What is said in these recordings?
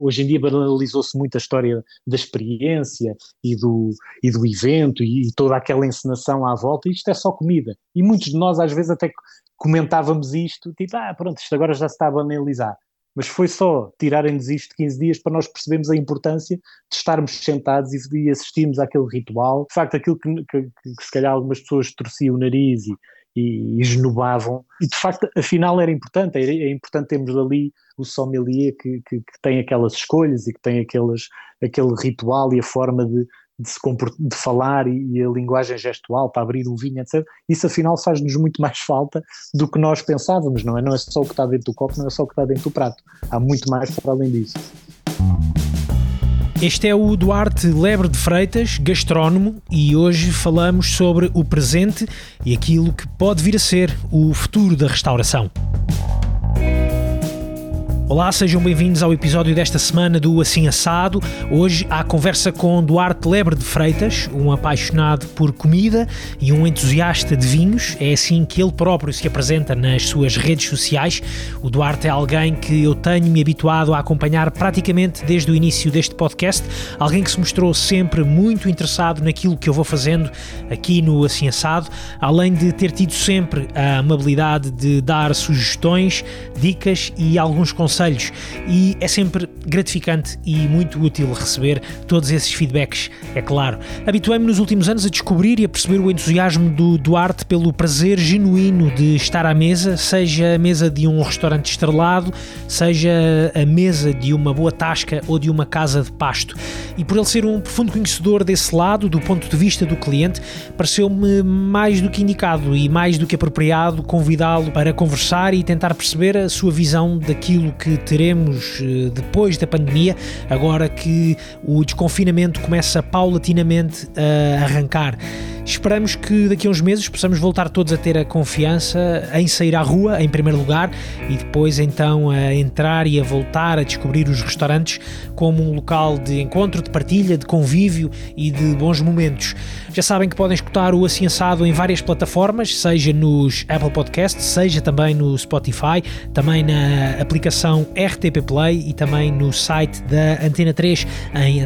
Hoje em dia banalizou-se muito a história da experiência e do evento e toda aquela encenação à volta. Isto é só comida. E muitos de nós às vezes até comentávamos isto, tipo, pronto, isto agora já se está a banalizar. Mas foi só tirarem-nos isto de 15 dias para nós percebermos a importância de estarmos sentados e assistirmos àquele ritual. De facto, aquilo que se calhar algumas pessoas torciam o nariz e esnobavam, e de facto afinal era importante, é importante termos ali o sommelier que tem aquelas escolhas e que tem aquele ritual e a forma de falar e a linguagem gestual para abrir um vinho, etc. Isso afinal faz-nos muito mais falta do que nós pensávamos, não é? Não é só o que está dentro do copo, não é só o que está dentro do prato, há muito mais para além disso. Este é o Duarte Lebre de Freitas, gastrónomo, e hoje falamos sobre o presente e aquilo que pode vir a ser o futuro da restauração. Olá, sejam bem-vindos ao episódio desta semana do Assim Assado. Hoje há conversa com Duarte Lebre de Freitas, um apaixonado por comida e um entusiasta de vinhos. É assim que ele próprio se apresenta nas suas redes sociais. O Duarte é alguém que eu tenho me habituado a acompanhar praticamente desde o início deste podcast. Alguém que se mostrou sempre muito interessado naquilo que eu vou fazendo aqui no Assim Assado, além de ter tido sempre a amabilidade de dar sugestões, dicas e alguns conselhos. E é sempre gratificante e muito útil receber todos esses feedbacks, é claro. Habituei-me nos últimos anos a descobrir e a perceber o entusiasmo do Duarte pelo prazer genuíno de estar à mesa, seja a mesa de um restaurante estrelado, seja a mesa de uma boa tasca ou de uma casa de pasto. E por ele ser um profundo conhecedor desse lado, do ponto de vista do cliente, pareceu-me mais do que indicado e mais do que apropriado convidá-lo para conversar e tentar perceber a sua visão daquilo que teremos depois da pandemia, agora que o desconfinamento começa paulatinamente a arrancar. Esperamos que daqui a uns meses possamos voltar todos a ter a confiança em sair à rua, em primeiro lugar, e depois então a entrar e a voltar a descobrir os restaurantes como um local de encontro, de partilha, de convívio e de bons momentos. Já sabem que podem escutar o Assim Assado em várias plataformas, seja nos Apple Podcasts, seja também no Spotify, também na aplicação RTP Play e também no site da Antena 3 em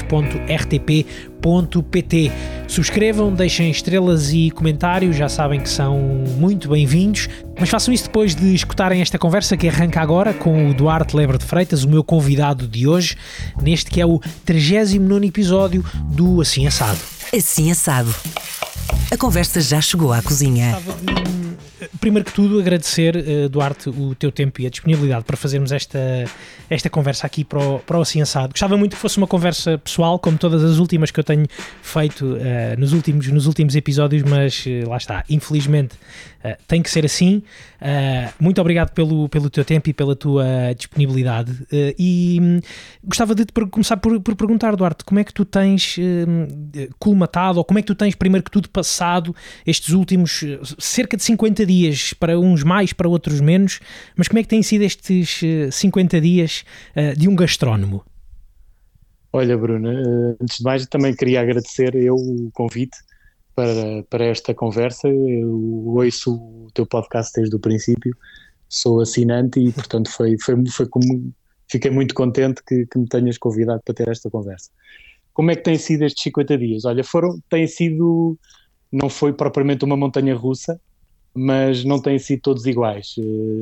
antena3.rtp.pt. Subscrevam, deixem estrelas e comentários, já sabem que são muito bem-vindos, mas façam isso depois de escutarem esta conversa que arranca agora com o Duarte Lebre de Freitas, o meu convidado de hoje, neste que é o 39º episódio do Assim Assado. Assim Assado. A conversa já chegou à cozinha. Primeiro que tudo, agradecer, Duarte, o teu tempo e a disponibilidade para fazermos esta conversa aqui para o Assim Assado. Gostava muito que fosse uma conversa pessoal, como todas as últimas que eu tenho feito nos últimos episódios, mas lá está, infelizmente tem que ser assim. Muito obrigado pelo teu tempo e pela tua disponibilidade. E gostava de começar por perguntar, Duarte, como é que tu tens colmatado, ou como é que tu tens, primeiro que tudo, passado estes últimos cerca de 50 dias, para uns mais, para outros menos, mas como é que têm sido estes 50 dias de um gastrónomo? Olha, Bruno, antes de mais também queria agradecer o convite para esta conversa. Eu ouço o teu podcast desde o princípio, sou assinante e portanto foi como fiquei muito contente que me tenhas convidado para ter esta conversa. Como é que têm sido estes 50 dias? Olha, têm sido, não foi propriamente uma montanha russa, mas não têm sido todos iguais.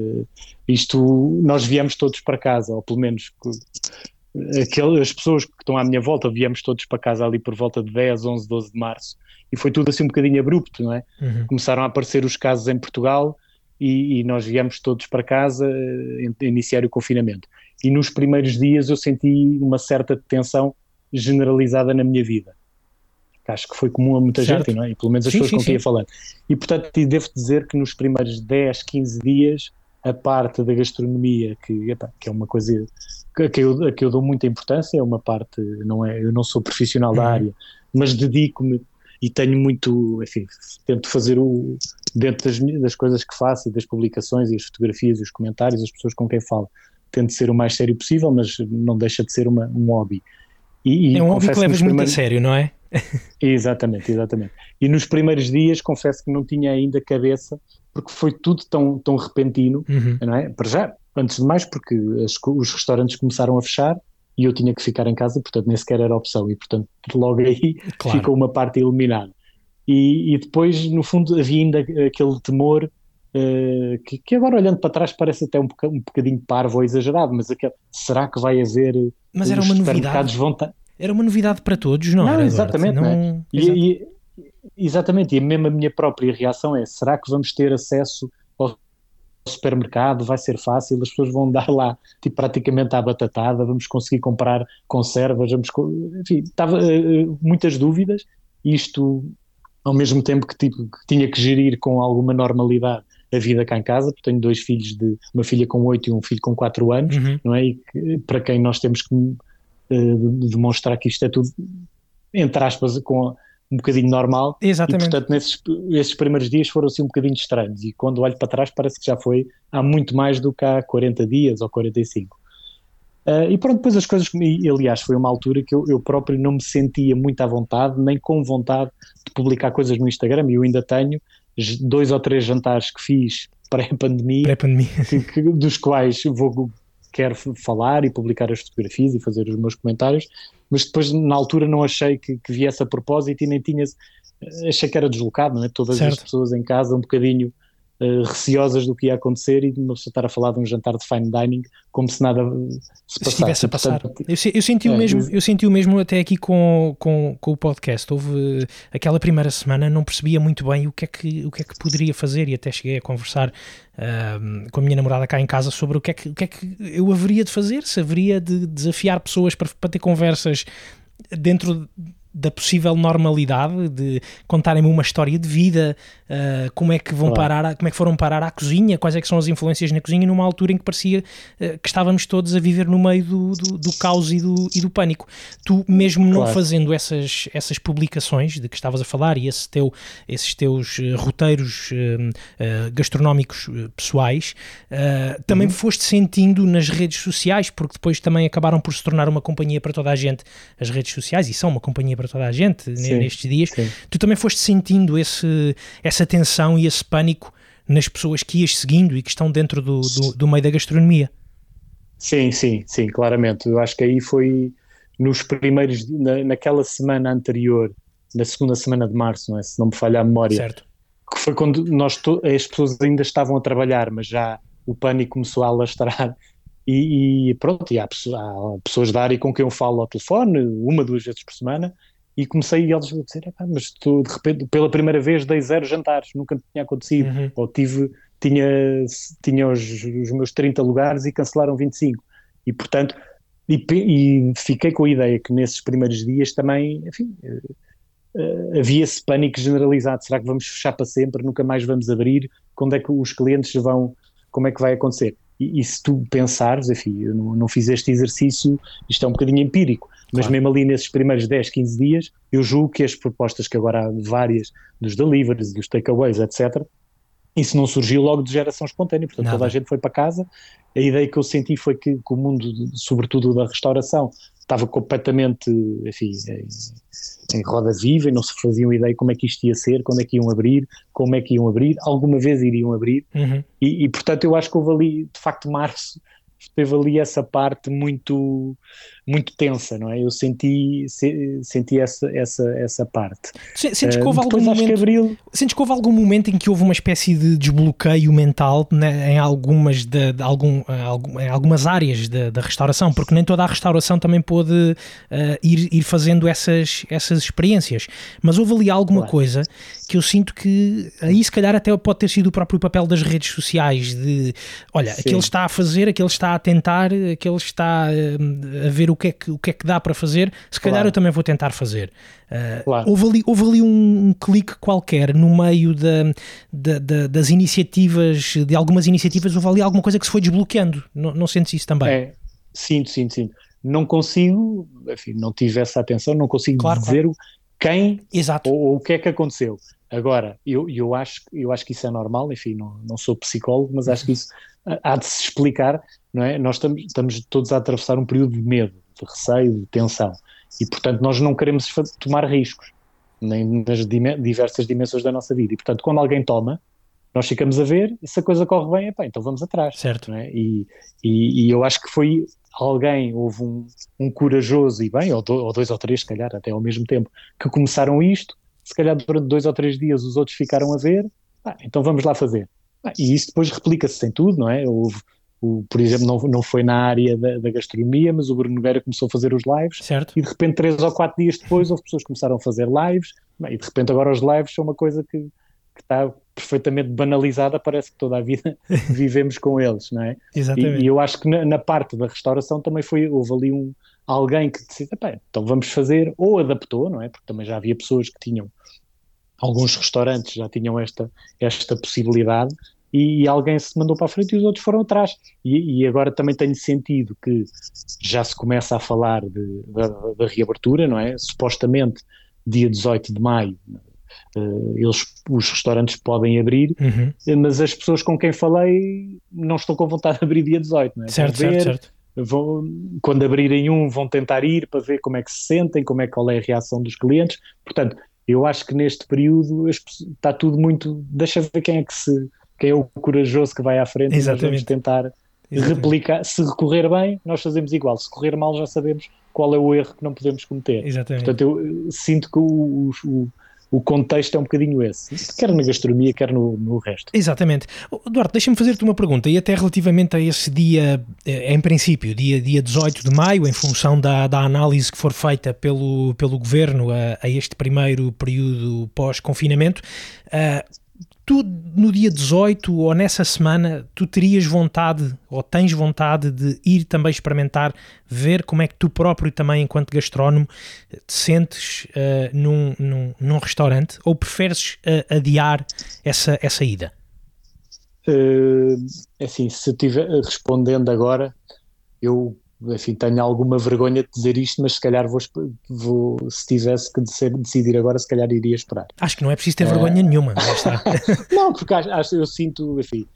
Nós viemos todos para casa, ou pelo menos as pessoas que estão à minha volta, viemos todos para casa ali por volta de 10, 11, 12 de março, e foi tudo assim um bocadinho abrupto, não é? Uhum. Começaram a aparecer os casos em Portugal e nós viemos todos para casa iniciar o confinamento. E nos primeiros dias eu senti uma certa tensão generalizada na minha vida. Acho que foi comum a muita gente, não é? E pelo menos as pessoas com quem ia falando. E portanto devo dizer que nos primeiros 10, 15 dias a parte da gastronomia, que é uma coisa que eu dou muita importância, é uma parte, eu não sou profissional da área, mas dedico-me e tenho muito, enfim, tento fazer dentro das coisas que faço e das publicações e as fotografias e os comentários, as pessoas com quem falo, tento ser o mais sério possível, mas não deixa de ser um hobby. É um hobby que levas muito a sério, não é? Exatamente. E nos primeiros dias confesso que não tinha ainda cabeça, porque foi tudo tão repentino, não é? Para já, antes de mais, porque os restaurantes começaram a fechar e eu tinha que ficar em casa, e portanto nem sequer era opção, e portanto logo aí ficou uma parte eliminada. E depois, no fundo, havia ainda aquele temor, que agora olhando para trás parece até um bocadinho parvo ou exagerado, mas será que vai haver mas era uma novidade. Era uma novidade para todos, não era? Exatamente, não é? Exatamente, e mesmo a minha própria reação é, será que vamos ter acesso ao supermercado, vai ser fácil, as pessoas vão dar lá tipo, praticamente à batatada, vamos conseguir comprar conservas, enfim, estava muitas dúvidas, isto ao mesmo tempo que tinha que gerir com alguma normalidade a vida cá em casa, porque tenho 2 filhos, uma filha com 8 e um filho com 4 anos, não é? E para quem nós temos que demonstrar que isto é tudo, entre aspas, com um bocadinho normal. Exatamente. E portanto esses primeiros dias foram assim um bocadinho estranhos, e quando olho para trás parece que já foi há muito mais do que há 40 dias ou 45. E pronto, depois as coisas, aliás foi uma altura que eu próprio não me sentia muito à vontade, nem com vontade de publicar coisas no Instagram, e eu ainda tenho 2 ou 3 jantares que fiz pré-pandemia. Dos quais quero falar e publicar as fotografias e fazer os meus comentários, mas depois na altura não achei que viesse a propósito, e nem achei que era deslocado, não é? Todas as pessoas em casa um bocadinho receosas do que ia acontecer, e de uma pessoa estar a falar de um jantar de fine dining como se nada se passasse. Estivesse a passar. Portanto, eu senti o mesmo até aqui com o podcast. Houve aquela primeira semana, não percebia muito bem o que é que poderia fazer, e até cheguei a conversar com a minha namorada cá em casa sobre o que é que eu haveria de fazer, se haveria de desafiar pessoas para ter conversas dentro da possível normalidade, de contarem-me uma história de vida, como é que foram parar à cozinha, quais é que são as influências na cozinha, numa altura em que parecia que estávamos todos a viver no meio do caos e do pânico. Tu mesmo não fazendo essas publicações de que estavas a falar, e esses teus roteiros gastronómicos pessoais, também foste sentindo nas redes sociais, porque depois também acabaram por se tornar uma companhia para toda a gente, as redes sociais, e são uma companhia para toda a gente nestes dias. Sim. Tu também foste sentindo essa tensão e esse pânico nas pessoas que ias seguindo e que estão dentro do meio da gastronomia? Sim, claramente. Eu acho que aí foi nos primeiros, naquela semana anterior, na segunda semana de março, não é? Se não me falha a memória, certo, que foi quando as pessoas ainda estavam a trabalhar, mas já o pânico começou a alastrar. E pronto, e há pessoas da área com quem eu falo ao telefone, 1, 2 vezes por semana, e comecei a eles a dizer, mas tu de repente, pela primeira vez dei 0 jantares, nunca tinha acontecido, ou tinha os meus 30 lugares e cancelaram 25, e portanto, e fiquei com a ideia que nesses primeiros dias também, enfim, havia esse pânico generalizado, será que vamos fechar para sempre, nunca mais vamos abrir, quando é que os clientes vão, como é que vai acontecer? E se tu pensares, enfim, eu não fiz este exercício, isto é um bocadinho empírico, mas mesmo ali nesses primeiros 10, 15 dias, eu julgo que as propostas que agora há várias, dos deliveries, dos takeaways, etc., isso não surgiu logo de geração espontânea, portanto toda a gente foi para casa. A ideia que eu senti foi que o mundo, sobretudo da restauração, estava completamente, enfim, em roda viva, e não se faziam ideia como é que isto ia ser, quando é que iam abrir, alguma vez iriam abrir, e portanto eu acho que houve ali, de facto, março, teve ali essa parte muito, muito tensa, não é? Eu senti essa parte. Sentes que houve algum momento em que houve uma espécie de desbloqueio mental, né, em algumas áreas da restauração, porque nem toda a restauração também pôde ir fazendo essas experiências, mas houve ali alguma coisa que eu sinto que aí se calhar até pode ter sido o próprio papel das redes sociais, de olha, aquele está a fazer, aquele está a tentar, aquele está a ver o que é que dá para fazer, se calhar eu também vou tentar fazer. Houve ali um clique qualquer no meio das iniciativas, de algumas iniciativas, houve ali alguma coisa que se foi desbloqueando, não sentes isso também? Sinto. Não consigo, enfim, não tive essa atenção, não consigo dizer quem ou o que é que aconteceu. Agora, eu acho que isso é normal, enfim, não sou psicólogo, mas acho que isso há de se explicar, não é? Nós estamos todos a atravessar um período de medo, de receio, de tensão, e portanto nós não queremos tomar riscos, nem nas diversas dimensões da nossa vida, e portanto quando alguém toma, nós ficamos a ver, e se a coisa corre bem, então vamos atrás. Certo. Não é? E eu acho que foi houve um corajoso, e bem, ou dois ou três, se calhar, até ao mesmo tempo, que começaram isto, se calhar durante 2 ou 3 dias os outros ficaram a ver, então vamos lá fazer. E isso depois replica-se em tudo, não é? Por exemplo, não foi na área da gastronomia, mas o Bruno Nogueira começou a fazer os lives, certo. E de repente 3 ou 4 dias depois houve pessoas que começaram a fazer lives, e de repente agora os lives são uma coisa que está perfeitamente banalizada, parece que toda a vida vivemos com eles, não é? Exatamente. E eu acho que na parte da restauração também houve ali alguém que decidiu, então vamos fazer, ou adaptou, não é? Porque também já havia pessoas que tinham, alguns restaurantes já tinham esta possibilidade, e alguém se mandou para a frente e os outros foram atrás. E agora também tenho sentido que já se começa a falar da reabertura, não é? Supostamente dia 18 de maio os restaurantes podem abrir, mas as pessoas com quem falei não estão com vontade de abrir dia 18, não é? Certo. Quando abrirem vão tentar ir para ver como é que se sentem, qual é a reação dos clientes. Portanto, eu acho que neste período está tudo muito, deixa ver quem é o corajoso que vai à frente. Exatamente. E nós vamos tentar replicar. Se recorrer bem, nós fazemos igual. Se correr mal, já sabemos qual é o erro que não podemos cometer. Exatamente. Portanto, eu sinto que o contexto é um bocadinho esse, quer na gastronomia, quer no resto. Exatamente. Duarte, deixa-me fazer-te uma pergunta, e até relativamente a esse dia, em princípio, dia 18 de maio, em função da análise que for feita pelo Governo a este primeiro período pós-confinamento, tu no dia 18 ou nessa semana, tu terias vontade ou tens vontade de ir também experimentar, ver como é que tu próprio também, enquanto gastrónomo, te sentes num restaurante, ou preferes adiar essa ida? Assim, se estiver respondendo agora, eu tenho alguma vergonha de dizer isto, mas se calhar se tivesse que decidir agora, se calhar iria esperar. Acho que não é preciso ter vergonha nenhuma. Não, porque eu sinto,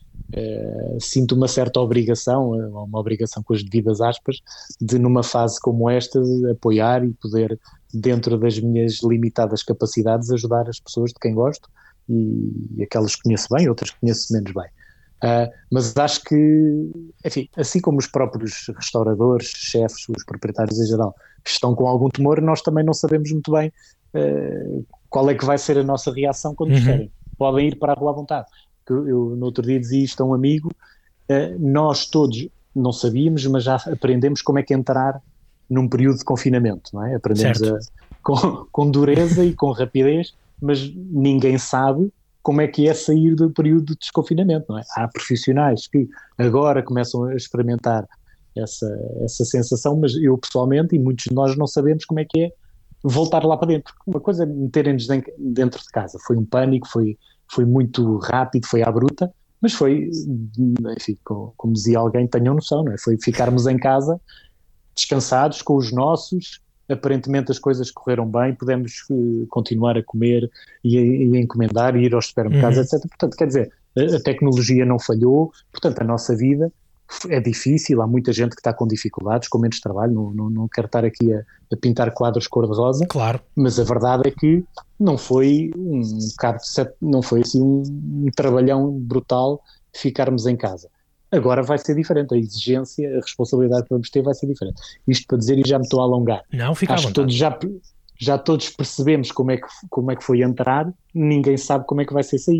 sinto uma certa obrigação, uma obrigação com as devidas aspas, de numa fase como esta, de apoiar e poder, dentro das minhas limitadas capacidades, ajudar as pessoas de quem gosto, e aquelas que conheço bem, outras que conheço menos bem. Mas acho que, assim como os próprios restauradores, chefes, os proprietários em geral, estão com algum temor, nós também não sabemos muito bem qual é que vai ser a nossa reação quando nos querem. Podem ir para a rua à vontade. Eu no outro dia dizia isto a um amigo, nós todos não sabíamos, mas já aprendemos como é que entrar num período de confinamento, não é? Aprendemos com dureza e com rapidez, mas ninguém sabe como é que é sair do período de desconfinamento, não é? Há profissionais que agora começam a experimentar essa sensação, mas eu pessoalmente e muitos de nós não sabemos como é que é voltar lá para dentro. Uma coisa é meterem-nos dentro de casa, foi um pânico, foi muito rápido, foi à bruta, mas foi, como dizia alguém, tenham noção, não é? Foi ficarmos em casa, descansados com os nossos. Aparentemente as coisas correram bem, pudemos continuar a comer e a encomendar, e ir aos supermercados, etc. Portanto, quer dizer, a tecnologia não falhou, portanto a nossa vida é difícil, há muita gente que está com dificuldades, com menos trabalho, não quero estar aqui a pintar quadros cor-de-rosa, claro. Mas a verdade é que não foi não foi assim um trabalhão brutal ficarmos em casa. Agora vai ser diferente, a exigência, a responsabilidade que vamos ter vai ser diferente. Isto para dizer, e já me estou a alongar. Não, fica à vontade. Já todos percebemos como é que foi entrar, ninguém sabe como é que vai ser sair.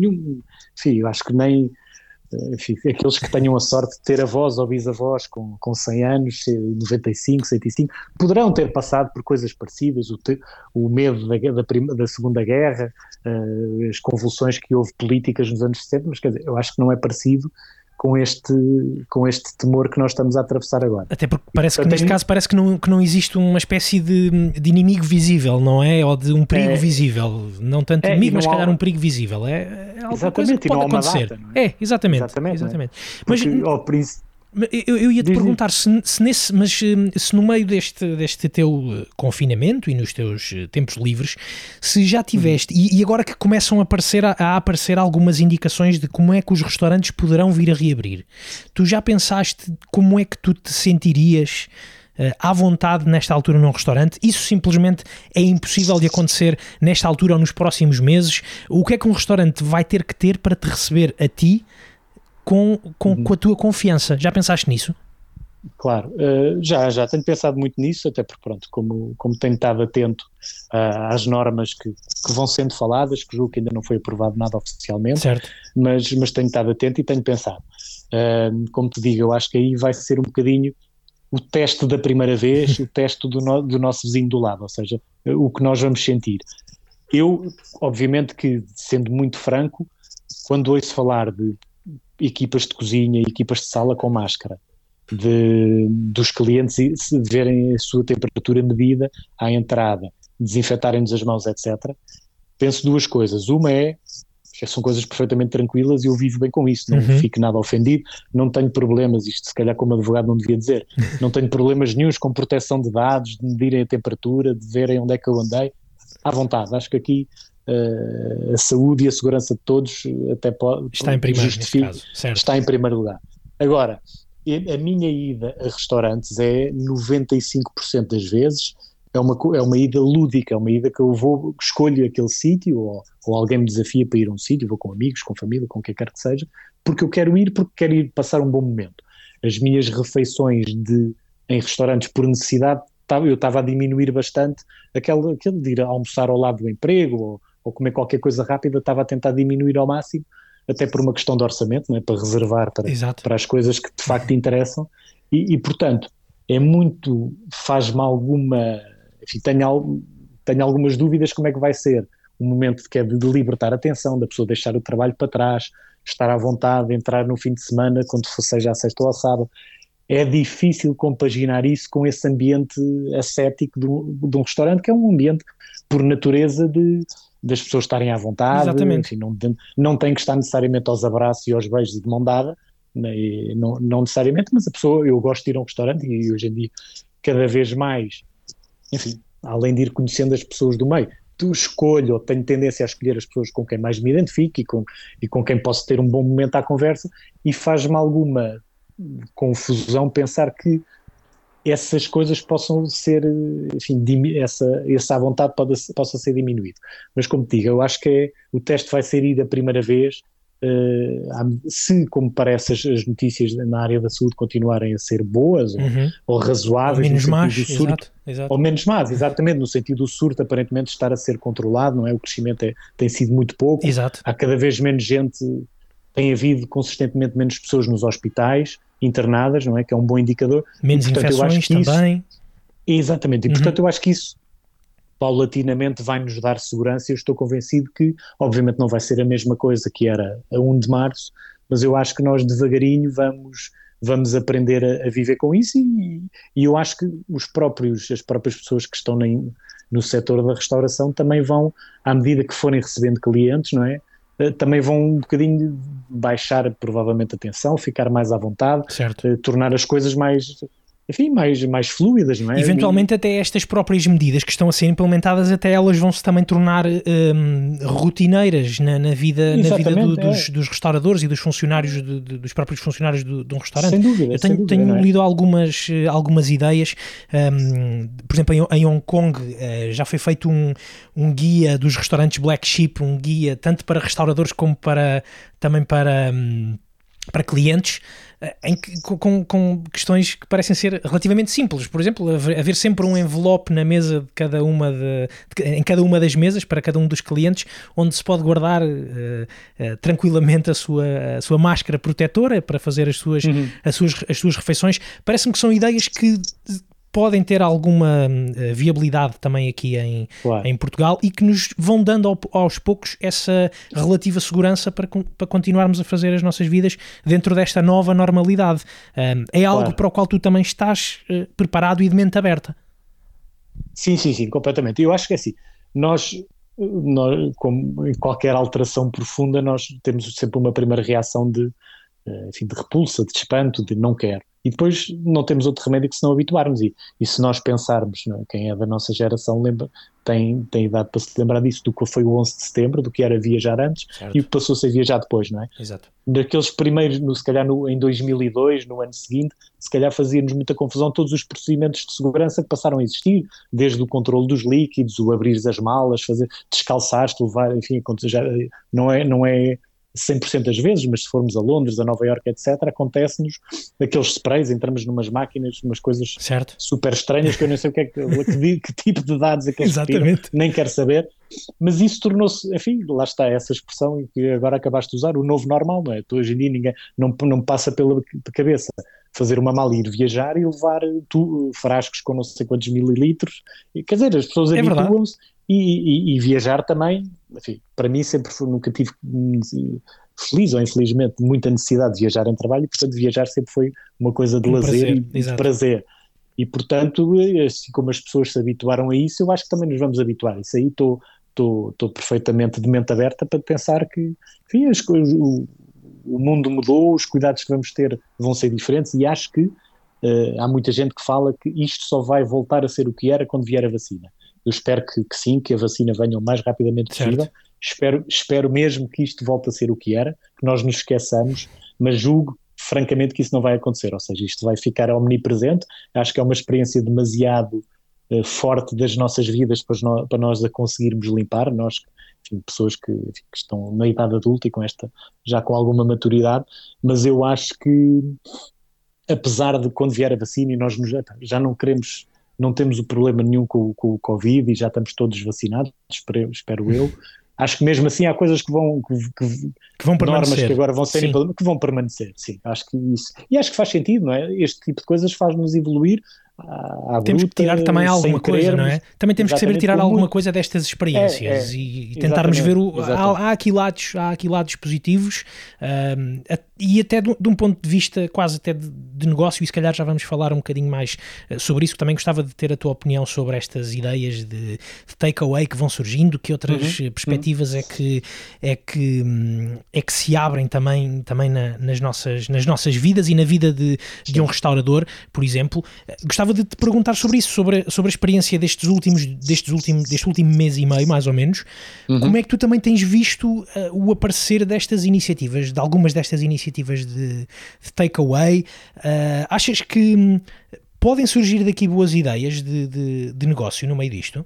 Eu acho que nem... aqueles que tenham a sorte de ter avós ou bisavós com 100 anos, 95, 105, poderão ter passado por coisas parecidas, o medo da Segunda Guerra, as convulsões que houve políticas nos anos 60, mas quer dizer, eu acho que não é parecido com este temor que nós estamos a atravessar agora. Até porque neste caso parece que não existe uma espécie de inimigo visível, não é? Ou de um perigo visível. Não tanto inimigo, mas se calhar um perigo visível. É alguma coisa que pode acontecer. Data, não é? Exatamente. Mas eu ia-te perguntar se no meio deste teu confinamento e nos teus tempos livres, se já tiveste, e agora que começam a aparecer algumas indicações de como é que os restaurantes poderão vir a reabrir, tu já pensaste como é que tu te sentirias à vontade nesta altura num restaurante? Isso simplesmente é impossível de acontecer nesta altura ou nos próximos meses? O que é que um restaurante vai ter que ter para te receber a ti com a tua confiança? Já pensaste nisso? Claro, já tenho pensado muito nisso, até porque, pronto, como tenho estado atento às normas que vão sendo faladas, que julgo que ainda não foi aprovado nada oficialmente, Certo. mas tenho estado atento e tenho pensado. Como te digo, eu acho que aí vai ser um bocadinho o teste da primeira vez, o teste do nosso vizinho do lado, ou seja, o que nós vamos sentir. Eu, obviamente que, sendo muito franco, quando ouço falar de equipas de cozinha e equipas de sala com máscara, dos clientes verem a sua temperatura medida à entrada, desinfetarem-nos as mãos, etc. Penso duas coisas. Uma são coisas perfeitamente tranquilas e eu vivo bem com isso, não fico nada ofendido, não tenho problemas, isto se calhar como advogado não devia dizer, não tenho problemas nenhuns com proteção de dados, de medirem a temperatura, de verem onde é que eu andei, à vontade. Acho que aqui a saúde e a segurança de todos até pode está em primeiro, neste caso, certo. Está em primeiro lugar. Agora, a minha ida a restaurantes 95% das vezes é uma ida lúdica, é uma ida que eu escolho aquele sítio ou alguém me desafia para ir a um sítio, vou com amigos, com família, com quem quer que seja, porque eu quero ir passar um bom momento. As minhas refeições em restaurantes por necessidade, eu estava a diminuir bastante aquele de ir almoçar ao lado do emprego ou comer qualquer coisa rápida, estava a tentar diminuir ao máximo, até por uma questão de orçamento, não é? Para reservar para as coisas que de facto interessam e portanto, faz-me alguma, enfim, tenho algumas dúvidas como é que vai ser o momento que é de libertar a atenção, da pessoa deixar o trabalho para trás, estar à vontade, entrar no fim de semana, quando seja a sexta ou a sábado. É difícil compaginar isso com esse ambiente ascético de um restaurante, que é um ambiente, por natureza, das pessoas estarem à vontade. Exatamente. Enfim, não tem que estar necessariamente aos abraços e aos beijos e de mão dada, não necessariamente, mas eu gosto de ir a um restaurante e hoje em dia, cada vez mais, enfim, além de ir conhecendo as pessoas do meio, tenho tendência a escolher as pessoas com quem mais me identifico e com quem posso ter um bom momento à conversa, e faz-me alguma confusão pensar que essas coisas possam ser, enfim, essa à vontade possa ser diminuído. Mas como te digo, eu acho que o teste vai ser ir a primeira vez, se, como parece, as notícias na área da saúde continuarem a ser boas ou razoáveis, ou menos más, exato. Ou menos más, exatamente, no sentido do surto aparentemente estar a ser controlado, não é? O crescimento tem sido muito pouco, exato. Há cada vez menos gente, tem havido consistentemente menos pessoas nos hospitais internadas, não é? Que é um bom indicador. Menos infecções também. Exatamente, e portanto eu acho que isso paulatinamente vai-nos dar segurança. Eu estou convencido que, obviamente não vai ser a mesma coisa que era a 1 de março, mas eu acho que nós devagarinho vamos aprender a viver com isso e eu acho que as próprias pessoas que estão no setor da restauração também vão, à medida que forem recebendo clientes, não é? Também vão um bocadinho baixar provavelmente a tensão, ficar mais à vontade, tornar as coisas mais fluidas, não é? Eventualmente até estas próprias medidas que estão a ser implementadas, até elas vão se também tornar rotineiras na vida dos restauradores e dos funcionários, dos próprios funcionários de um restaurante. Sem dúvida. Eu tenho lido algumas ideias, por exemplo em Hong Kong já foi feito um guia dos restaurantes Black Sheep, um guia tanto para restauradores como também para clientes, com questões que parecem ser relativamente simples. Por exemplo, haver sempre um envelope na mesa em cada uma das mesas para cada um dos clientes, onde se pode guardar tranquilamente a sua máscara protetora para fazer as suas refeições. Parece-me que são ideias que podem ter alguma viabilidade também aqui em Portugal e que nos vão dando aos poucos essa relativa segurança para continuarmos a fazer as nossas vidas dentro desta nova normalidade. É algo para o qual tu também estás preparado e de mente aberta? Sim, completamente. Eu acho que é assim, nós como em qualquer alteração profunda, nós temos sempre uma primeira reação de repulsa, de espanto, de não quero. E depois não temos outro remédio que se não habituarmos. E se nós pensarmos, não é? Quem é da nossa geração tem idade para se lembrar disso, do que foi o 11 de setembro, do que era viajar antes, certo, e o que passou a ser viajar depois, não é? Exato. Daqueles primeiros, se calhar em 2002, no ano seguinte, se calhar fazia-nos muita confusão todos os procedimentos de segurança que passaram a existir, desde o controle dos líquidos, o abrir as malas, descalçar-te, levar, enfim, já não é 100% das vezes, mas se formos a Londres, a Nova Iorque, etc., acontece-nos aqueles sprays, entramos numas máquinas, umas coisas certo. super estranhas que eu nem sei que tipo de dados é que eles retiram, nem quero saber, mas isso tornou-se, enfim, lá está essa expressão que agora acabaste de usar, o novo normal, não é? Tu, hoje em dia ninguém, não passa pela cabeça fazer uma mala e ir viajar e levar frascos com não sei quantos mililitros, quer dizer, as pessoas habituam-se e viajar também, enfim, para mim nunca tive feliz ou infelizmente muita necessidade de viajar em trabalho e portanto viajar sempre foi uma coisa de lazer e de prazer e portanto, assim como as pessoas se habituaram a isso, eu acho que também nos vamos habituar. Isso aí estou perfeitamente de mente aberta para pensar que, enfim, as coisas, o mundo mudou, os cuidados que vamos ter vão ser diferentes e acho que há muita gente que fala que isto só vai voltar a ser o que era quando vier a vacina. Eu espero que sim, que a vacina venha o mais rapidamente possível. Espero mesmo que isto volte a ser o que era, que nós nos esqueçamos, mas julgo francamente que isso não vai acontecer, ou seja, isto vai ficar omnipresente. Acho que é uma experiência demasiado forte das nossas vidas para nós a conseguirmos limpar, nós, enfim, pessoas que estão na idade adulta e já com alguma maturidade, mas eu acho que apesar de quando vier a vacina e nós já não temos o problema nenhum com o Covid e já estamos todos vacinados, espero eu. Acho que mesmo assim há coisas que vão permanecer. Normas que agora vão ser que vão permanecer, sim, acho que isso. E acho que faz sentido, não é? Este tipo de coisas faz-nos evoluir. Temos que tirar também alguma coisa, não é? Também temos que saber tirar alguma coisa destas experiências e tentarmos ver há aqui lados positivos e até de um ponto de vista quase até de negócio, e se calhar já vamos falar um bocadinho mais sobre isso, que também gostava de ter a tua opinião sobre estas ideias de takeaway que vão surgindo, que outras perspectivas é que se abrem também nas nossas vidas e na vida de um restaurador, por exemplo. Gostava de te perguntar sobre isso, sobre a experiência deste último mês e meio, mais ou menos. Como é que tu também tens visto o aparecer destas iniciativas, de algumas destas iniciativas de takeaway? Achas que podem surgir daqui boas ideias de negócio no meio disto?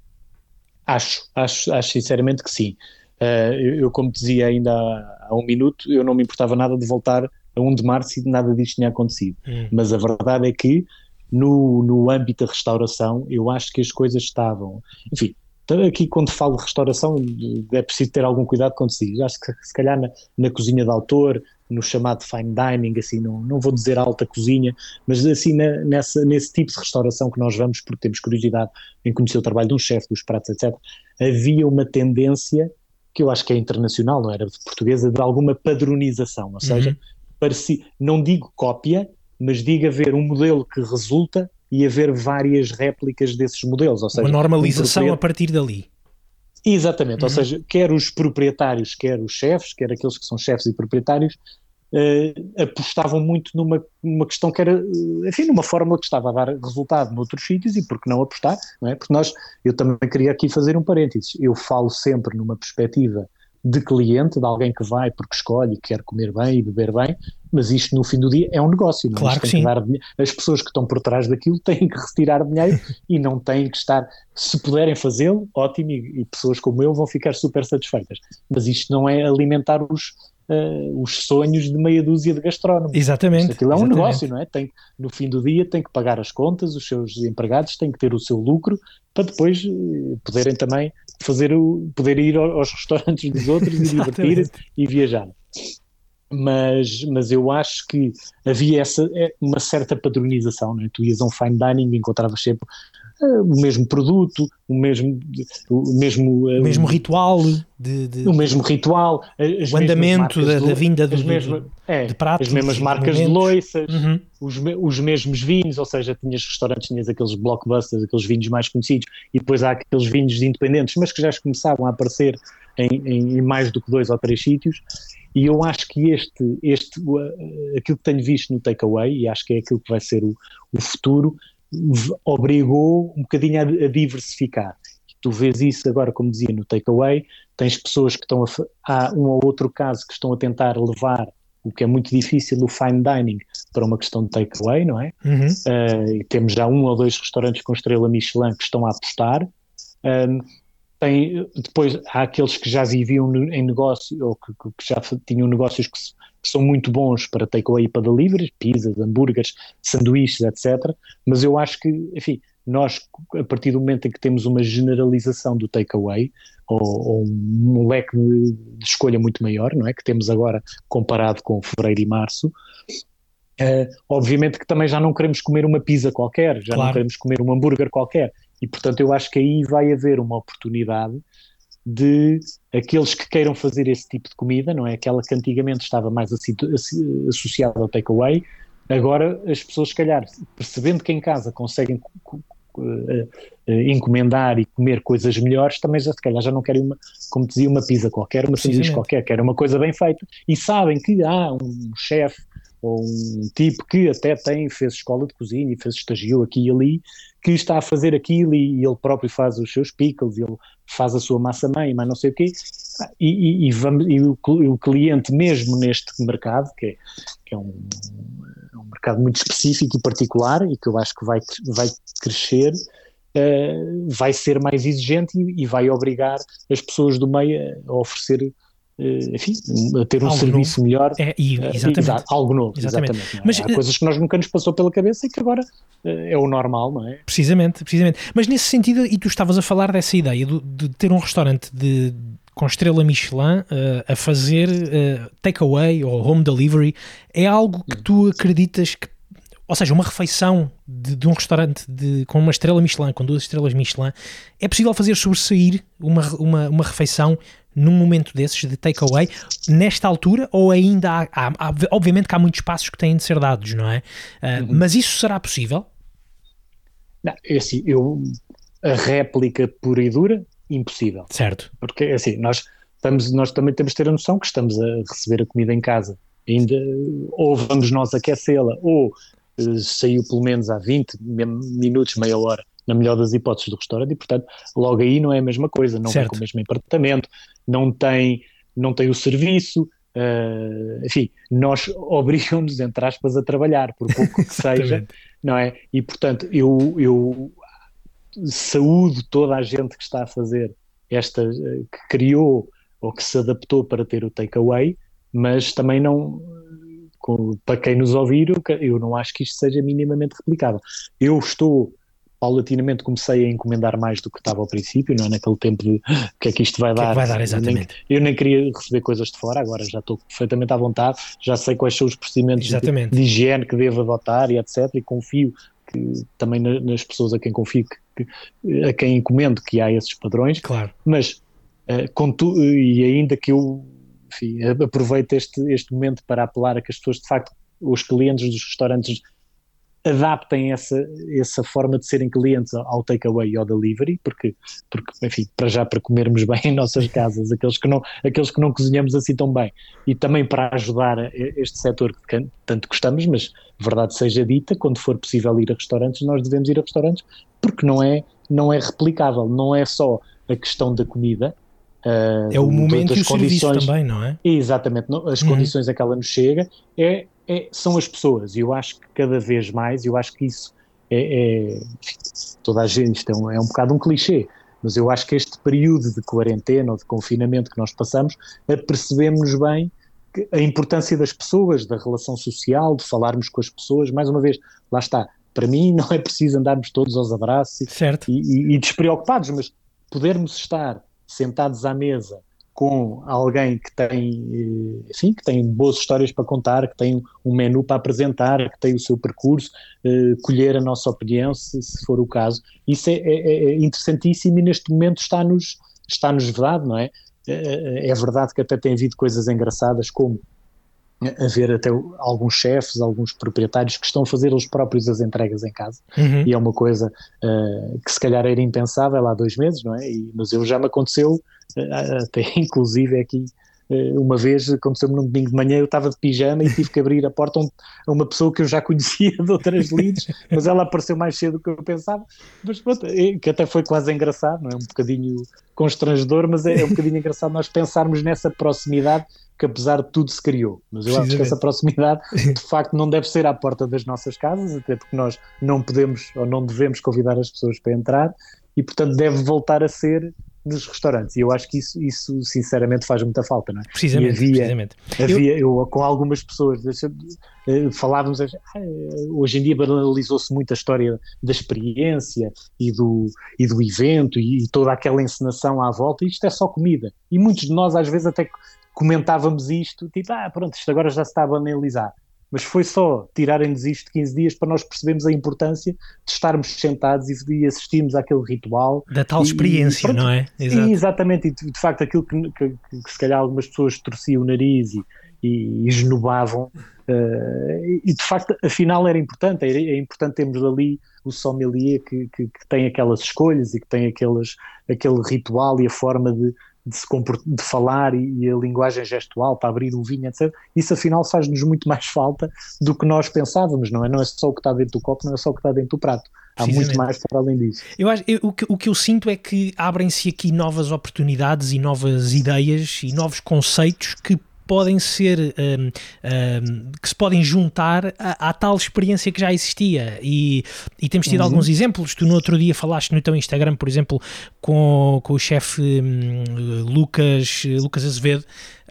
Acho sinceramente que sim. Eu como te dizia ainda há um minuto, eu não me importava nada de voltar a 1 de março e de nada disto tinha acontecido. Mas a verdade é que no âmbito da restauração, eu acho que as coisas estavam... Enfim, aqui quando falo de restauração é preciso ter algum cuidado quando se diz. Acho que se calhar na cozinha de autor, no chamado fine dining, assim, não vou dizer alta cozinha, mas assim nesse tipo de restauração que nós vamos, porque temos curiosidade em conhecer o trabalho de um chefe, dos pratos, etc., havia uma tendência que eu acho que é internacional, não era portuguesa, de alguma padronização, ou seja, não digo cópia, mas digo haver um modelo que resulta e haver várias réplicas desses modelos, ou seja, uma normalização a partir dali. Exatamente, ou seja, quer os proprietários, quer os chefes, quer aqueles que são chefes e proprietários, apostavam muito numa questão que era, enfim, numa fórmula que estava a dar resultado noutros sítios e por que não apostar, não é? Porque eu também queria aqui fazer um parênteses, eu falo sempre numa perspectiva de cliente, de alguém que vai porque escolhe e quer comer bem e beber bem, mas isto no fim do dia é um negócio, não é? Claro que sim. As pessoas que estão por trás daquilo têm que retirar dinheiro e não têm que estar, se puderem fazê-lo, ótimo, e pessoas como eu vão ficar super satisfeitas, mas isto não é alimentar os sonhos de meia dúzia de gastrónomos. Exatamente. Aquilo é um negócio, não é? No fim do dia tem que pagar as contas, os seus empregados têm que ter o seu lucro para depois poderem também poder ir aos restaurantes dos outros e divertir e viajar. Mas eu acho que havia uma certa padronização, não é? Tu ias a um fine dining e encontravas sempre o mesmo produto, o mesmo ritual, o mesmo ritual, o andamento da vinda de pratos, as mesmas marcas de loiças, os mesmos vinhos, ou seja, tinhas restaurantes, tinhas aqueles blockbusters, aqueles vinhos mais conhecidos, e depois há aqueles vinhos independentes, mas que já começavam a aparecer em mais do que 2 ou 3 sítios. E eu acho que aquilo que tenho visto no takeaway, e acho que é aquilo que vai ser o futuro, obrigou um bocadinho a diversificar. Tu vês isso agora, como dizia, no takeaway, tens pessoas que há um ou outro caso que estão a tentar levar, o que é muito difícil, o fine dining para uma questão de takeaway, não é? E temos já 1 ou 2 restaurantes com estrela Michelin que estão a apostar, Depois há aqueles que já viviam em negócio ou que já tinham negócios que são muito bons para takeaway e para delivery, pizzas, hambúrgueres, sanduíches, etc. Mas eu acho que, enfim, nós, a partir do momento em que temos uma generalização do takeaway ou um leque de escolha muito maior, não é? Que temos agora comparado com fevereiro e março, obviamente que também já não queremos comer uma pizza qualquer, já não queremos comer um hambúrguer qualquer. E, portanto, eu acho que aí vai haver uma oportunidade de aqueles que queiram fazer esse tipo de comida, não é? Aquela que antigamente estava mais associada ao takeaway, agora as pessoas, se calhar, percebendo que em casa conseguem encomendar e comer coisas melhores, também já, se calhar, já não querem como dizia, uma pizza qualquer, uma sanduíche qualquer, querem uma coisa bem feita e sabem que há um chefe ou um tipo que até fez escola de cozinha e fez estagiou aqui e ali, que está a fazer aquilo e ele próprio faz os seus pickles, ele faz a sua massa-mãe, mas não sei o quê, e o cliente mesmo neste mercado, que é um mercado muito específico e particular e que eu acho que vai crescer, vai ser mais exigente e vai obrigar as pessoas do meio a oferecer, enfim, a ter um algo serviço novo. melhor, Exatamente. algo novo, exatamente. Mas, há coisas que nós nunca nos passou pela cabeça e que agora é o normal, não é? Precisamente. Mas nesse sentido, e tu estavas a falar dessa ideia de ter um restaurante com estrela Michelin a fazer takeaway ou home delivery, é algo que tu acreditas que, ou seja, uma refeição de um restaurante com uma estrela Michelin, com 2 estrelas Michelin, é possível fazer sobressair uma refeição num momento desses de takeaway, nesta altura, ou ainda há obviamente que há muitos passos que têm de ser dados, não é? Mas isso será possível? Não, é assim, a réplica pura e dura, impossível. Certo. Porque, assim, nós também temos de ter a noção que estamos a receber a comida em casa, ainda, ou vamos nós aquecê-la, ou saiu pelo menos há 20 minutos, meia hora, na melhor das hipóteses do restaurante, e portanto logo aí não é a mesma coisa, não vem com o mesmo apartamento, não tem o serviço, enfim, nós obrigam-nos, entre aspas, a trabalhar, por pouco que seja, não é? E portanto eu saúdo toda a gente que está a fazer que criou ou que se adaptou para ter o takeaway, mas também não, para quem nos ouvir, eu não acho que isto seja minimamente replicável. Eu paulatinamente comecei a encomendar mais do que estava ao princípio, não é? Naquele tempo de o que é que isto vai dar. Vai dar, exatamente. Eu nem queria receber coisas de fora, agora já estou perfeitamente à vontade, já sei quais são os procedimentos de higiene que devo adotar e etc. E confio também nas pessoas a quem confio, a quem encomendo, que há esses padrões. Claro. Mas, e ainda que eu, enfim, aproveito este momento para apelar a que as pessoas, de facto, os clientes dos restaurantes adaptem essa forma de serem clientes ao takeaway e ao delivery, porque enfim, para comermos bem em nossas casas, aqueles que não cozinhamos assim tão bem, e também para ajudar este setor que tanto gostamos, mas verdade seja dita, quando for possível ir a restaurantes, nós devemos ir a restaurantes, porque não é replicável, não é só a questão da comida, é o momento e o serviço também, não é? Exatamente, as condições a que ela nos chega, são as pessoas, e eu acho que cada vez mais, eu acho que isso toda a gente, isto é um bocado um clichê, mas eu acho que este período de quarentena ou de confinamento que nós passamos, apercebemos bem a importância das pessoas, da relação social, de falarmos com as pessoas, mais uma vez, lá está, para mim não é preciso andarmos todos aos abraços e despreocupados, mas podermos estar sentados à mesa com alguém que tem, enfim, que tem boas histórias para contar, que tem um menu para apresentar, que tem o seu percurso, colher a nossa opinião, se for o caso. Isso é interessantíssimo e neste momento está-nos vedado, não é? É verdade que até tem havido coisas engraçadas, como haver até alguns chefes, alguns proprietários que estão a fazer eles próprios as entregas em casa, e é uma coisa que se calhar era impensável há 2 meses, não é? Mas já me aconteceu, até inclusive aqui, uma vez aconteceu-me num domingo de manhã, eu estava de pijama e tive que abrir a porta a uma pessoa que eu já conhecia de outras leads, mas ela apareceu mais cedo do que eu pensava, mas pronto, que até foi quase engraçado, não é? Um bocadinho constrangedor, mas é um bocadinho engraçado nós pensarmos nessa proximidade que apesar de tudo se criou, mas eu acho que essa proximidade de facto não deve ser à porta das nossas casas, até porque nós não podemos ou não devemos convidar as pessoas para entrar, e portanto deve voltar a ser nos restaurantes, e eu acho que isso sinceramente faz muita falta, não é? Precisamente. Eu com algumas pessoas falávamos, hoje em dia banalizou-se muito a história da experiência e do evento e toda aquela encenação à volta, e isto é só comida, e muitos de nós às vezes até comentávamos isto, tipo, pronto, isto agora já se está a banalizar. Mas foi só tirarem-nos isto de 15 dias para nós percebermos a importância de estarmos sentados e assistirmos àquele ritual. Da tal experiência, não é? Exato. Exatamente, e de facto aquilo que se calhar algumas pessoas torciam o nariz e esnobavam, e de facto afinal era importante, é importante termos ali o sommelier que tem aquelas escolhas e que tem aquele ritual e a forma de falar e a linguagem gestual para abrir o vinho, etc. Isso afinal faz-nos muito mais falta do que nós pensávamos, não é? Não é só o que está dentro do copo, não é só o que está dentro do prato. Há muito mais para além disso. O que eu sinto é que abrem-se aqui novas oportunidades e novas ideias e novos conceitos que podem ser, que se podem juntar à tal experiência que já existia, e temos tido alguns exemplos. Tu no outro dia falaste no teu Instagram, por exemplo, com o chefe Lucas Azevedo,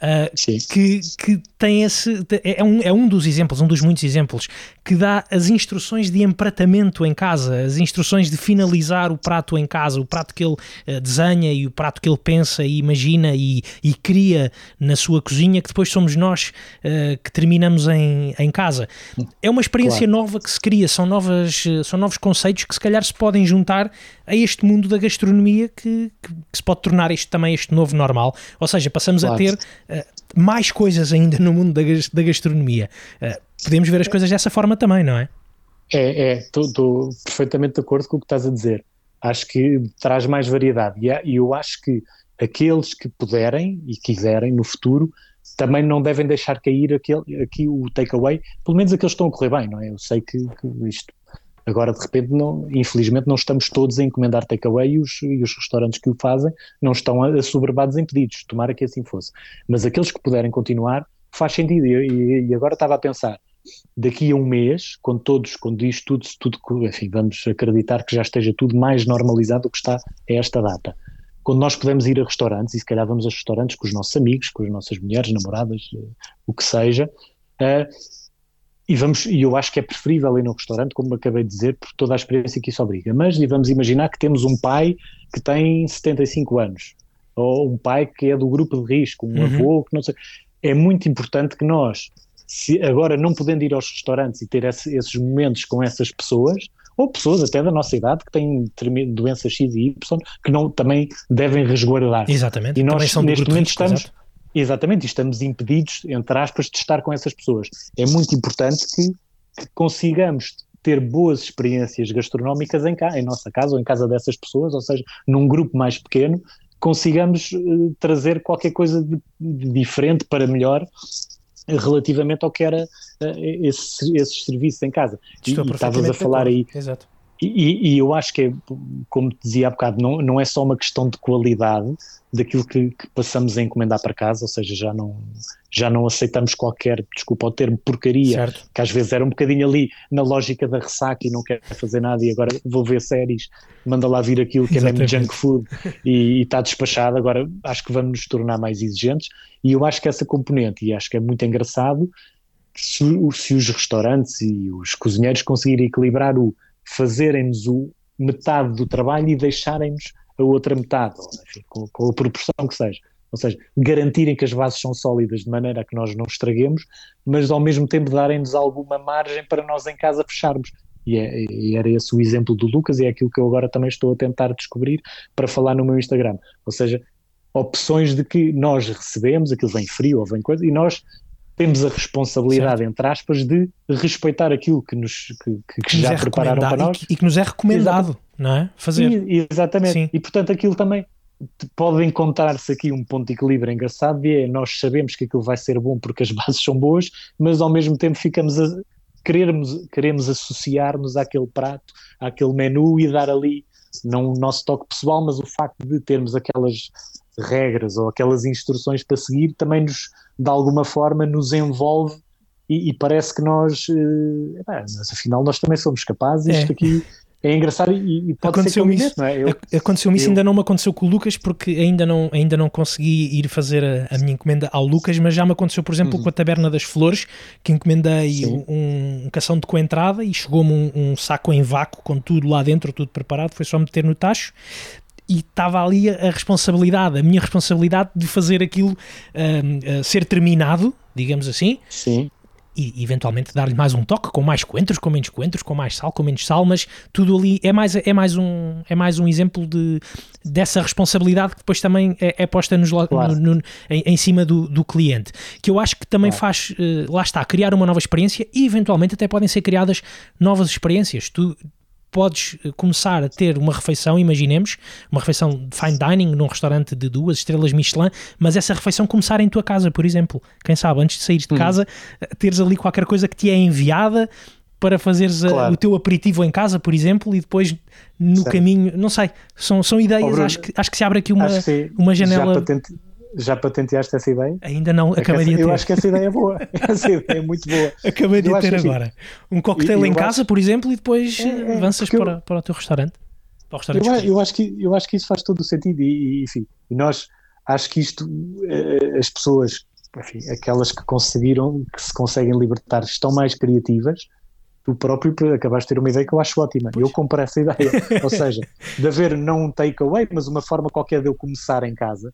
que tem é um dos exemplos, um dos muitos exemplos, que dá as instruções de empratamento em casa, as instruções de finalizar o prato em casa, o prato que ele desenha e o prato que ele pensa e imagina e cria na sua cozinha, que depois somos nós que terminamos em casa. É uma experiência nova que se cria, são novos conceitos que se calhar se podem juntar a este mundo da gastronomia que se pode tornar também este novo normal, ou seja, passamos a ter mais coisas ainda no mundo da gastronomia. Podemos ver as coisas dessa forma também, não é? Estou perfeitamente de acordo com o que estás a dizer. Acho que traz mais variedade e eu acho que aqueles que puderem e quiserem no futuro também não devem deixar cair aqui o takeaway, pelo menos aqueles que estão a correr bem, não é? Eu sei que isto agora de repente, infelizmente não estamos todos a encomendar takeaway e os restaurantes que o fazem não estão assoberbados em pedidos, tomara que assim fosse. Mas aqueles que puderem continuar, faz sentido. E agora estava a pensar, daqui a um mês, quando isto tudo, enfim, vamos acreditar que já esteja tudo mais normalizado do que está a esta data. Quando nós podemos ir a restaurantes, e se calhar vamos a restaurantes com os nossos amigos, com as nossas mulheres, namoradas, o que seja, e eu acho que é preferível ir no restaurante, como acabei de dizer, por toda a experiência que isso obriga. Mas vamos imaginar que temos um pai que tem 75 anos, ou um pai que é do grupo de risco, um avô, que não sei. É muito importante que nós, se agora não podendo ir aos restaurantes e ter esses momentos com essas pessoas, ou pessoas até da nossa idade que têm doenças X e Y, que também devem resguardar. Exatamente. E nós neste momento estamos... Exato. Exatamente, estamos impedidos, entre aspas, de estar com essas pessoas. É muito importante que consigamos ter boas experiências gastronómicas em nossa casa ou em casa dessas pessoas, ou seja, num grupo mais pequeno, consigamos trazer qualquer coisa de diferente para melhor relativamente ao que era esses serviços em casa. E estavas a falar aí... Exato. E eu acho que é, como te dizia há bocado, não é só uma questão de qualidade daquilo que passamos a encomendar para casa, ou seja, já não aceitamos qualquer, desculpa o termo, porcaria, certo, que às vezes era um bocadinho ali na lógica da ressaca e não quer fazer nada e agora vou ver séries, manda lá vir aquilo que é mesmo junk food e está despachado. Agora acho que vamos nos tornar mais exigentes e eu acho que essa componente, e acho que é muito engraçado, se os restaurantes e os cozinheiros conseguirem equilibrar fazerem-nos metade do trabalho e deixarem-nos a outra metade, enfim, com a proporção que seja. Ou seja, garantirem que as bases são sólidas de maneira a que nós não estraguemos, mas ao mesmo tempo darem-nos alguma margem para nós em casa fecharmos. E era esse o exemplo do Lucas e é aquilo que eu agora também estou a tentar descobrir para falar no meu Instagram. Ou seja, opções de que nós recebemos, aquilo vem frio ou vem coisa, e nós temos a responsabilidade, certo, entre aspas, de respeitar aquilo que já prepararam para nós. E que nos é recomendado, não é? Fazer. Exatamente. Sim. E portanto aquilo também pode encontrar-se aqui um ponto de equilíbrio engraçado, e nós sabemos que aquilo vai ser bom porque as bases são boas, mas ao mesmo tempo queremos associar-nos àquele prato, àquele menu e dar ali, não o nosso toque pessoal, mas o facto de termos aquelas regras ou aquelas instruções para seguir também nos, de alguma forma, nos envolve e parece que nós, mas afinal nós também somos capazes, isto aqui é engraçado e pode ser combinante, não é? Aconteceu-me isso, ainda não me aconteceu com o Lucas, porque ainda não consegui ir fazer a minha encomenda ao Lucas, mas já me aconteceu, por exemplo, com a Taberna das Flores, que encomendei um cação de coentrada e chegou-me um saco em vácuo com tudo lá dentro, tudo preparado, foi só meter no tacho. E estava ali a minha responsabilidade de fazer aquilo ser terminado, digamos assim. Sim. E eventualmente dar-lhe mais um toque, com mais coentros, com menos coentros, com mais sal, com menos sal, mas tudo ali é mais um exemplo dessa responsabilidade que depois também é posta em cima do cliente, que eu acho que também faz, lá está, criar uma nova experiência e eventualmente até podem ser criadas novas experiências. Tu podes começar a ter uma refeição, imaginemos, uma refeição de fine dining num restaurante de 2 estrelas Michelin, mas essa refeição começar em tua casa, por exemplo. Quem sabe, antes de saíres de casa, teres ali qualquer coisa que te é enviada para fazeres o teu aperitivo em casa, por exemplo, e depois no caminho, não sei, são ideias, Bruno, acho que se abre aqui uma janela... Já patenteaste essa ideia? Ainda não, acabei de ter. Eu acho que essa ideia é boa. Essa ideia é muito boa. Acabei de ter agora. Um cocktail em casa, por exemplo, e depois avanças para o teu restaurante. Para o restaurante eu acho que isso faz todo o sentido. E nós, acho que isto, as pessoas, enfim, aquelas que se conseguem libertar, estão mais criativas. Tu próprio acabaste de ter uma ideia que eu acho ótima. Eu comprei essa ideia. Ou seja, de haver não um takeaway, mas uma forma qualquer de eu começar em casa.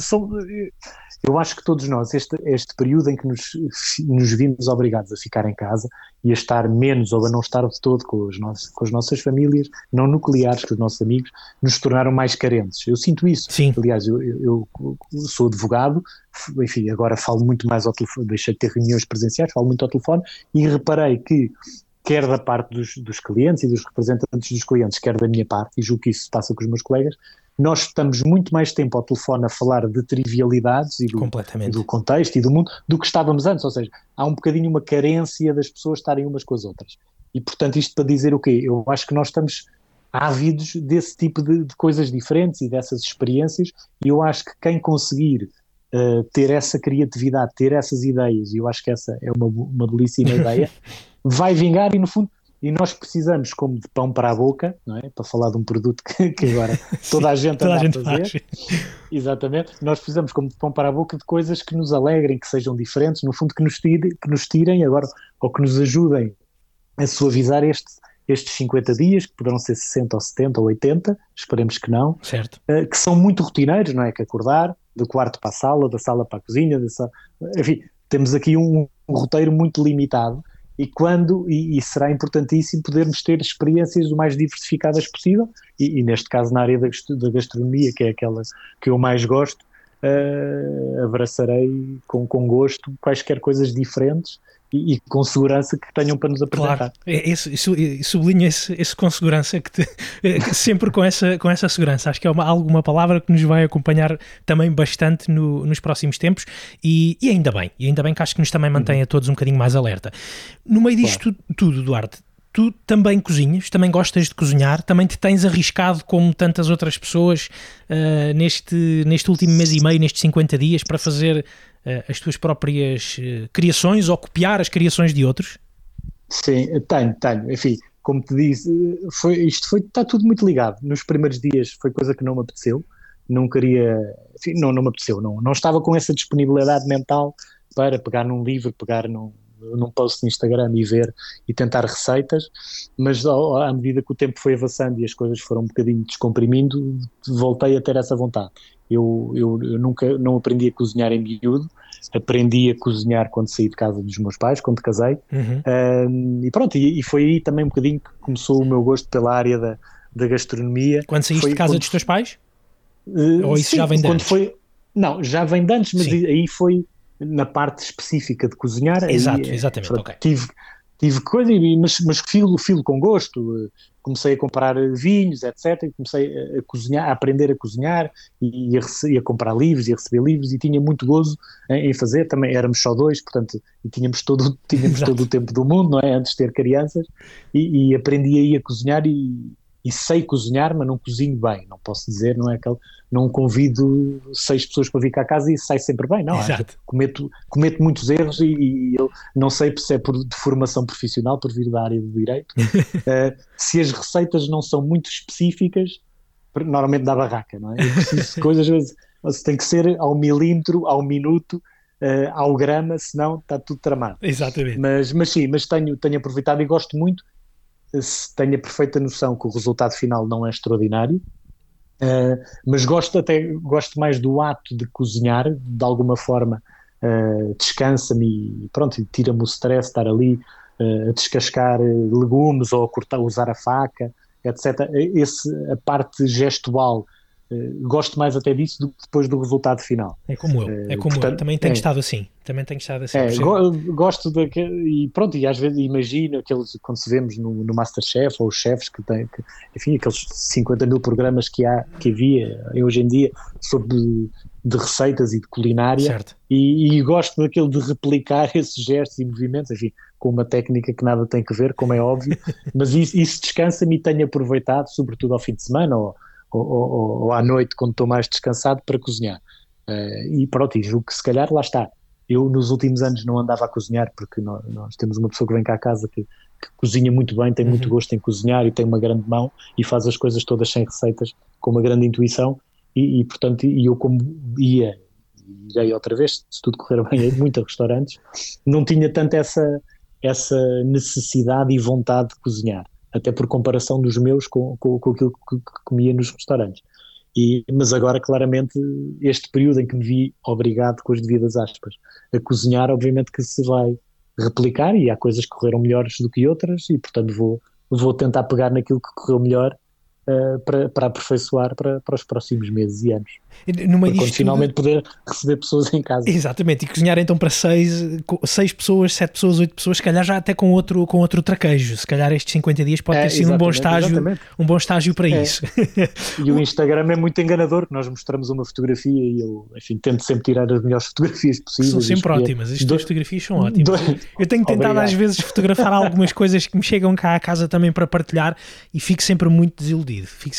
Eu acho que todos nós, este período em que nos vimos obrigados a ficar em casa e a estar menos ou a não estar de todo com as nossas famílias, não nucleares, com os nossos amigos, nos tornaram mais carentes. Eu sinto isso. Sim. Aliás, eu sou advogado, enfim, agora falo muito mais ao telefone, deixei de ter reuniões presenciais, falo muito ao telefone e reparei que quer da parte dos clientes e dos representantes dos clientes, quer da minha parte, e julgo que isso se passa com os meus colegas, nós estamos muito mais tempo ao telefone a falar de trivialidades e do contexto e do mundo do que estávamos antes, ou seja, há um bocadinho uma carência das pessoas estarem umas com as outras. E, portanto, isto para dizer o quê? Eu acho que nós estamos ávidos desse tipo de coisas diferentes e dessas experiências, e eu acho que quem conseguir ter essa criatividade, ter essas ideias, e eu acho que essa é uma belíssima ideia, vai vingar e no fundo, e nós precisamos como de pão para a boca, não é? Para falar de um produto que agora toda a gente anda a fazer. Exatamente, nós precisamos como de pão para a boca de coisas que nos alegrem, que sejam diferentes, no fundo que nos tirem agora, ou que nos ajudem a suavizar estes 50 dias, que poderão ser 60 ou 70 ou 80, esperemos que não, certo. Que são muito rotineiros, não é? Que acordar, do quarto para a sala, da sala para a cozinha, enfim, temos aqui um roteiro muito limitado. E será importantíssimo podermos ter experiências o mais diversificadas possível e neste caso na área da gastronomia, que é aquela que eu mais gosto, abraçarei com gosto quaisquer coisas diferentes e com segurança que tenham para nos apresentar. Claro, sublinho esse com segurança, sempre com essa segurança. Acho que é uma palavra que nos vai acompanhar também bastante nos próximos tempos e ainda bem que acho que nos também mantém a todos um bocadinho mais alerta. No meio disto tudo, Duarte, tu também cozinhas, também gostas de cozinhar, também te tens arriscado como tantas outras pessoas neste último mês e meio, nestes 50 dias, para fazer as tuas próprias criações ou copiar as criações de outros? Sim, tenho. Enfim, como te disse, está tudo muito ligado. Nos primeiros dias foi coisa que não me apeteceu, não queria, enfim, não me apeteceu, não estava com essa disponibilidade mental para pegar num livro, pegar num post no Instagram e ver e tentar receitas, mas à medida que o tempo foi avançando e as coisas foram um bocadinho descomprimindo, voltei a ter essa vontade. Eu nunca não aprendi a cozinhar em miúdo, aprendi a cozinhar quando saí de casa dos meus pais, quando casei, e pronto, e foi aí também um bocadinho que começou o meu gosto pela área da gastronomia. Quando saíste de casa dos teus pais? Ou isso sim, já vem de antes? Não, já vem de antes, mas aí foi na parte específica de cozinhar. Exatamente, pronto, ok. Tive coisa, mas filo com gosto, comecei a comprar vinhos, etc, e comecei a cozinhar, a aprender a cozinhar e a comprar livros e a receber livros e tinha muito gozo em fazer, também éramos só dois, portanto, e tínhamos todo o tempo do mundo, não é, antes de ter crianças, e aprendi aí a cozinhar e e sei cozinhar, mas não cozinho bem, não posso dizer, não é aquele, não convido 6 pessoas para vir cá a casa e sai sempre bem, não, cometo muitos erros e eu não sei se é de formação profissional, por vir da área do direito, se as receitas não são muito específicas, normalmente dá barraca, não é? Eu preciso de coisas, às vezes tem que ser ao milímetro, ao minuto, ao grama, senão está tudo tramado. Exatamente. Mas tenho aproveitado e gosto muito, tenho a perfeita noção que o resultado final não é extraordinário, mas gosto mais do ato de cozinhar, de alguma forma descansa-me e pronto, tira-me o stress, estar ali a descascar legumes ou a cortar, usar a faca, etc. A parte gestual, gosto mais até disso do que depois do resultado final. É como eu, portanto, também tenho estado assim. Gosto e pronto, e às vezes imagino aqueles, quando se vemos no Masterchef, ou os chefes que têm, enfim, aqueles 50 mil programas que havia hoje em dia sobre de receitas e de culinária, e gosto daquele de replicar esses gestos e movimentos, enfim, com uma técnica que nada tem que ver, como é óbvio, mas isso descansa-me e tenho aproveitado, sobretudo ao fim de semana ou à noite, quando estou mais descansado, para cozinhar. E pronto, e julgo que se calhar lá está. Eu nos últimos anos não andava a cozinhar, porque nós temos uma pessoa que vem cá a casa que cozinha muito bem, tem muito gosto em cozinhar e tem uma grande mão e faz as coisas todas sem receitas, com uma grande intuição, e portanto, eu como irei outra vez, se tudo correr bem, muito a restaurantes, não tinha tanto essa necessidade e vontade de cozinhar, até por comparação dos meus com aquilo que comia nos restaurantes. Mas agora, claramente, este período em que me vi obrigado, com as devidas aspas, a cozinhar, obviamente que se vai replicar, e há coisas que correram melhores do que outras, e portanto vou tentar pegar naquilo que correu melhor para aperfeiçoar para os próximos meses e anos. Quando finalmente poder receber pessoas em casa. Exatamente, e cozinhar então para 6 pessoas, 7 pessoas, 8 pessoas, se calhar já até com outro traquejo. Se calhar estes 50 dias pode ter sido um bom estágio para isso. E o Instagram é muito enganador, nós mostramos uma fotografia e eu, enfim, tento sempre tirar as melhores fotografias possíveis. São sempre ótimas, as tuas fotografias são ótimas. Eu tenho tentado às vezes fotografar algumas coisas que me chegam cá à casa também para partilhar e fico sempre muito desiludido.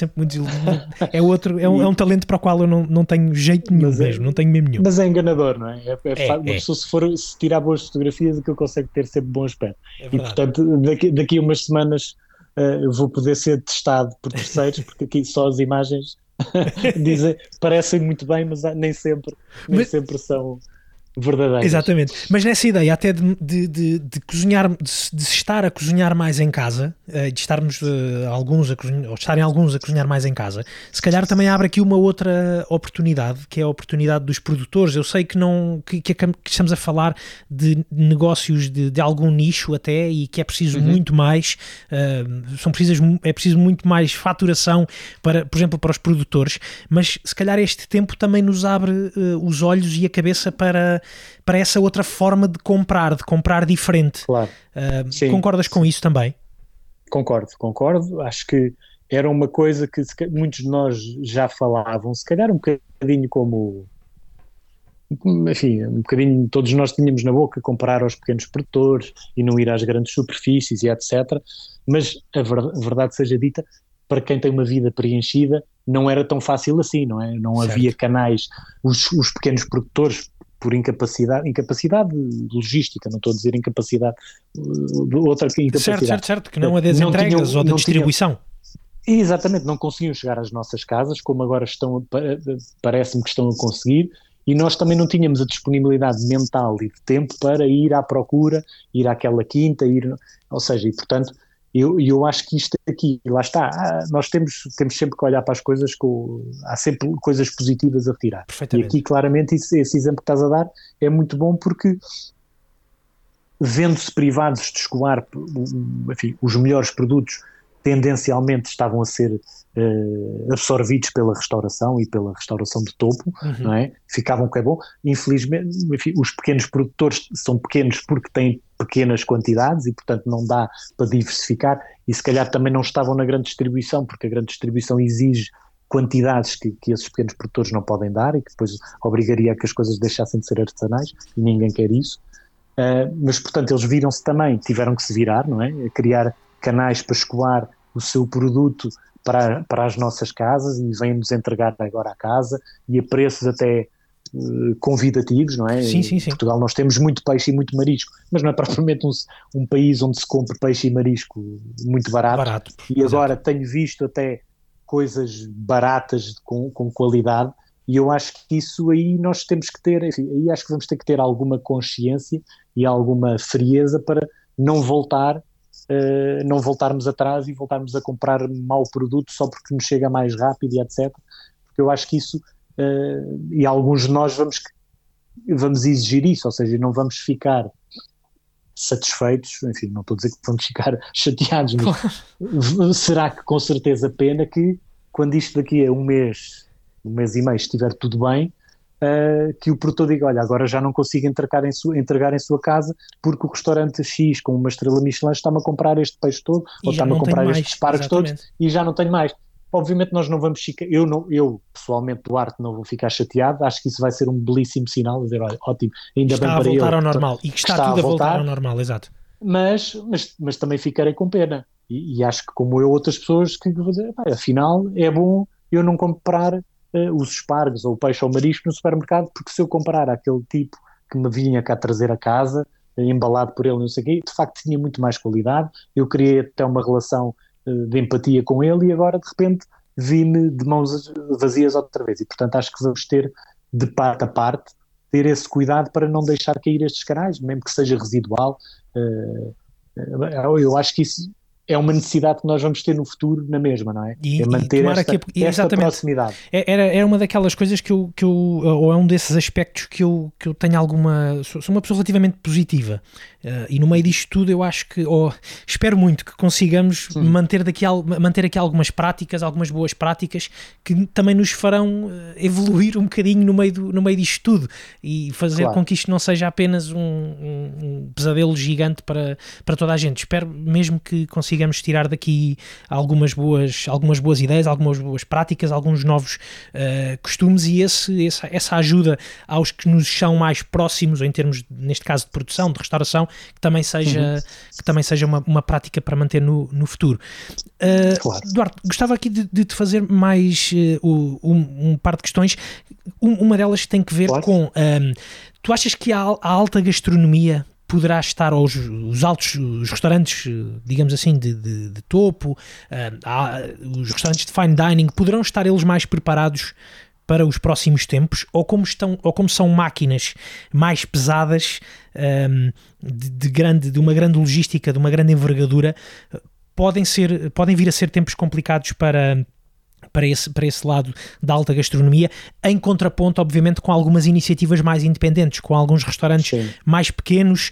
É um talento para o qual eu não tenho jeito nenhum mesmo, não tenho mesmo nenhum. Mas é enganador, não é? Uma pessoa, se tirar boas fotografias, aquilo consegue ter sempre bom aspecto. E portanto, daqui a umas semanas vou poder ser testado por terceiros, porque aqui só as imagens parecem muito bem, mas nem sempre são verdadeiras. Exatamente, mas nessa ideia até de cozinhar, de estar a cozinhar mais em casa, de estarmos alguns a cozinhar mais em casa, se calhar também abre aqui uma outra oportunidade, que é a oportunidade dos produtores. Eu sei que estamos a falar de negócios de algum nicho até, e que é preciso muito mais, é preciso muito mais faturação, por exemplo, para os produtores, mas se calhar este tempo também nos abre os olhos e a cabeça para essa outra forma de comprar diferente. Claro. Sim, concordas com isso também? Concordo. Acho que era uma coisa que muitos de nós já falavam, se calhar um bocadinho como, enfim, um bocadinho todos nós tínhamos na boca, comprar aos pequenos produtores e não ir às grandes superfícies e etc. Mas a verdade seja dita, para quem tem uma vida preenchida, não era tão fácil assim, não é? Não havia canais, os pequenos produtores, por incapacidade logística, não estou a dizer incapacidade, outra incapacidade. Certo, que não a das entregas ou da distribuição. Exatamente, não conseguiam chegar às nossas casas, como agora parece-me que estão a conseguir, e nós também não tínhamos a disponibilidade mental e de tempo para ir à procura, ir àquela quinta, ou seja, e portanto, eu acho que isto aqui, lá está, nós temos sempre que olhar para as coisas, há sempre coisas positivas a retirar. E aqui claramente esse exemplo que estás a dar é muito bom, porque vendo-se privados de escoar, enfim, os melhores produtos tendencialmente estavam a ser absorvidos pela restauração e pela restauração de topo, não é? Ficavam que é bom. Infelizmente, enfim, os pequenos produtores são pequenos porque têm pequenas quantidades e, portanto, não dá para diversificar, e se calhar também não estavam na grande distribuição, porque a grande distribuição exige quantidades que esses pequenos produtores não podem dar e que depois obrigaria a que as coisas deixassem de ser artesanais, e ninguém quer isso. Mas, portanto, eles tiveram que se virar, não é? A criar canais para escoar o seu produto para as nossas casas e vêm-nos entregar agora à casa e a preços até convidativos, não é? Sim. Em Portugal nós temos muito peixe e muito marisco, mas não é propriamente um país onde se compra peixe e marisco muito barato. E agora tenho visto até coisas baratas com qualidade, e eu acho que isso aí nós temos que ter, enfim, aí acho que vamos ter que ter alguma consciência e alguma frieza para não voltarmos atrás e voltarmos a comprar mau produto só porque nos chega mais rápido e etc. Porque eu acho que isso, e alguns de nós vamos exigir isso, ou seja, não vamos ficar satisfeitos, enfim, não estou a dizer que vamos ficar chateados, mas será que com certeza pena que quando isto daqui a um mês e meio estiver tudo bem, que o produtor diga, olha, agora já não consigo entregar em sua casa porque o restaurante X com uma estrela Michelin está-me a comprar este peixe todo, ou está-me a comprar estes espargos todos e já não tenho mais. Obviamente nós não vamos ficar, eu pessoalmente, Duarte, não vou ficar chateado, acho que isso vai ser um belíssimo sinal, dizer, olha, ótimo, ainda bem para ele. Está a voltar ao normal, e que está tudo a voltar ao normal, exato. Mas também ficarei com pena, e acho que como eu, outras pessoas que vão dizer, afinal é bom eu não comprar os espargos ou o peixe ou o marisco no supermercado, porque se eu comprar aquele tipo que me vinha cá trazer a casa, embalado por ele, não sei o quê, de facto tinha muito mais qualidade, eu criei até uma relação de empatia com ele e agora de repente vi-me de mãos vazias outra vez, e portanto acho que vamos ter de parte a parte, ter esse cuidado para não deixar cair estes canais, mesmo que seja residual. Eu acho que isso é uma necessidade que nós vamos ter no futuro na mesma, não é? É manter esta proximidade. Era uma daquelas coisas que eu ou é um desses aspectos que eu tenho alguma... Sou uma pessoa relativamente positiva, e no meio disto tudo eu acho que, espero muito que consigamos manter aqui algumas práticas, algumas boas práticas que também nos farão evoluir um bocadinho no meio disto tudo e fazer com que isto não seja apenas um pesadelo gigante para toda a gente. Espero mesmo que consigamos tirar daqui algumas boas ideias, algumas boas práticas, alguns novos costumes e essa ajuda aos que nos são mais próximos, em termos, neste caso, de produção, de restauração, que também seja uma prática para manter no futuro. Duarte, gostava aqui de te fazer mais um par de questões. Uma delas tem que ver com... tu achas que a alta gastronomia poderá estar, os restaurantes, digamos assim, de topo, os restaurantes de fine dining, poderão estar eles mais preparados para os próximos tempos, ou como são máquinas mais pesadas, de uma grande logística, de uma grande envergadura, podem vir a ser tempos complicados para esse lado da alta gastronomia, em contraponto, obviamente, com algumas iniciativas mais independentes, com alguns restaurantes mais pequenos,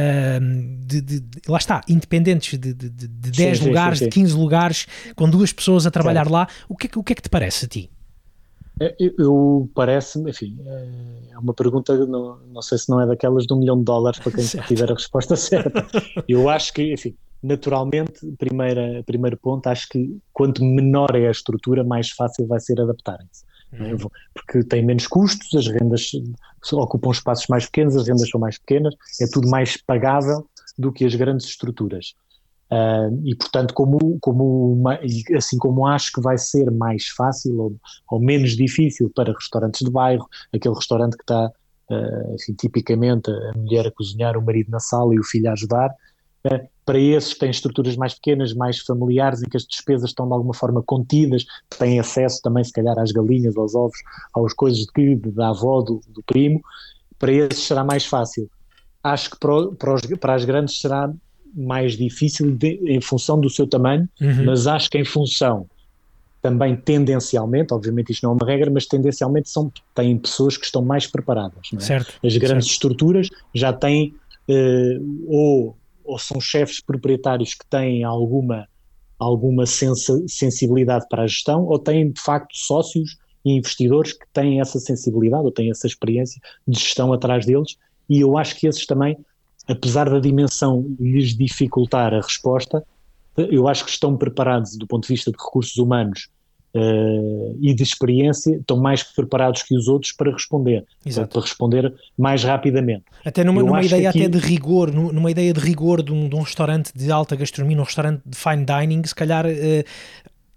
lá está, independentes de 10 lugares, de 15 lugares, com 2 pessoas a trabalhar lá. O que é que te parece a ti? Parece-me, enfim, é uma pergunta, não sei se não é daquelas de $1 milhão para quem tiver a resposta certa. Eu acho que, enfim, naturalmente, primeiro ponto, acho que quanto menor é a estrutura, mais fácil vai ser adaptarem-se. Porque tem menos custos, as rendas ocupam espaços mais pequenos, as rendas são mais pequenas, é tudo mais pagável do que as grandes estruturas. E portanto, assim como acho que vai ser mais fácil ou menos difícil para restaurantes de bairro, aquele restaurante que está, assim, tipicamente a mulher a cozinhar, o marido na sala e o filho a ajudar, para esses que têm estruturas mais pequenas, mais familiares, em que as despesas estão de alguma forma contidas, têm acesso também se calhar às galinhas, aos ovos, às coisas da avó, do primo, para esses será mais fácil. Acho que para as grandes será mais difícil em função do seu tamanho, mas acho que em função também tendencialmente, obviamente isto não é uma regra, mas tendencialmente têm pessoas que estão mais preparadas, não é? Certo, as grandes estruturas já têm ou são chefes proprietários que têm alguma sensibilidade para a gestão, ou têm de facto sócios e investidores que têm essa sensibilidade ou têm essa experiência de gestão atrás deles, e eu acho que esses também, apesar da dimensão lhes dificultar a resposta, eu acho que estão preparados do ponto de vista de recursos humanos e de experiência, estão mais preparados que os outros para responder, para responder mais rapidamente. Até numa ideia até de rigor, numa ideia de rigor de um restaurante de alta gastronomia, num restaurante de fine dining, se calhar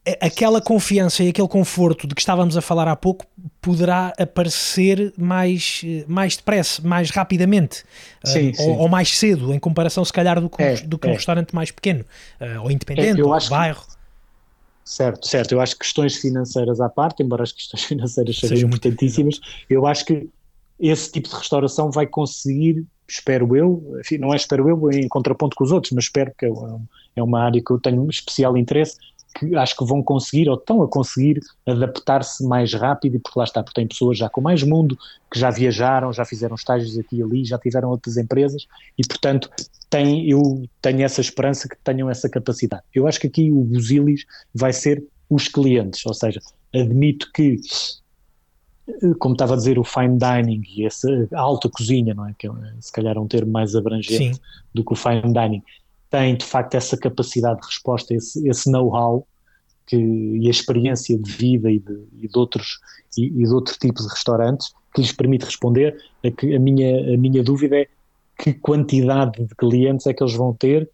aquela confiança e aquele conforto de que estávamos a falar há pouco poderá aparecer mais depressa, mais rapidamente, sim. Ou mais cedo, em comparação se calhar do que um restaurante mais pequeno, ou independente, ou de bairro. Certo. Eu acho que questões financeiras à parte, embora as questões financeiras sejam importantíssimas, eu acho que esse tipo de restauração vai conseguir, espero eu, enfim, não é espero eu em contraponto com os outros, mas espero que é uma área que eu tenho um especial interesse, que acho que vão conseguir, ou estão a conseguir, adaptar-se mais rápido, e porque lá está, porque tem pessoas já com mais mundo, que já viajaram, já fizeram estágios aqui e ali, já tiveram outras empresas, e portanto eu tenho essa esperança que tenham essa capacidade. Eu acho que aqui o busilis vai ser os clientes, ou seja, admito que, como estava a dizer, o fine dining e essa alta cozinha, não é? Que é, se calhar um termo mais abrangente do que o fine dining, tem de facto essa capacidade de resposta, esse know-how e a experiência de vida e de outros tipos de restaurantes que lhes permite responder. A minha dúvida é que quantidade de clientes é que eles vão ter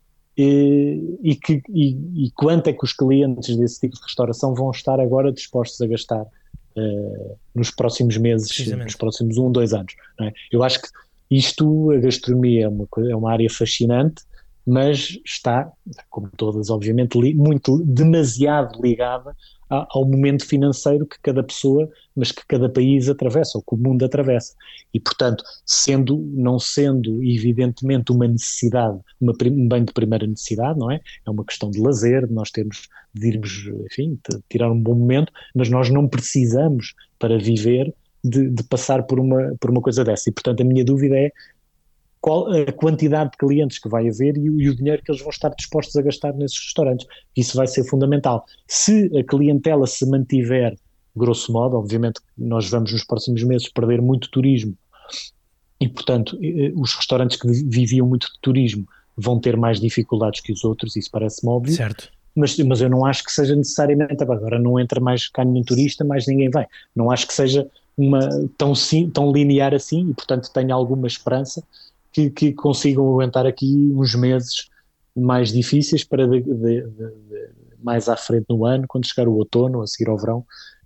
e quanto é que os clientes desse tipo de restauração vão estar agora dispostos a gastar nos próximos meses, nos próximos 1-2 anos. Não é? Eu acho que a gastronomia é uma área fascinante, mas está, como todas obviamente, demasiado ligada ao momento financeiro que cada pessoa, mas que cada país atravessa, ou que o mundo atravessa. E, portanto, não sendo evidentemente uma necessidade, um bem de primeira necessidade, não é? É uma questão de lazer, de nós termos de irmos, enfim, de tirar um bom momento, mas nós não precisamos, para viver, de passar por uma coisa dessa. E, portanto, a minha dúvida é qual a quantidade de clientes que vai haver e o dinheiro que eles vão estar dispostos a gastar nesses restaurantes. Isso vai ser fundamental. Se a clientela se mantiver, grosso modo, obviamente nós vamos nos próximos meses perder muito turismo e, portanto, os restaurantes que viviam muito de turismo vão ter mais dificuldades que os outros, isso parece-me óbvio. Certo. Mas eu não acho que seja necessariamente, agora não entra mais cá nenhum turista, mais ninguém vem. Não acho que seja tão linear assim e, portanto, tenho alguma esperança que consigam aguentar aqui uns meses mais difíceis para mais à frente no ano, quando chegar o outono, a seguir ao verão,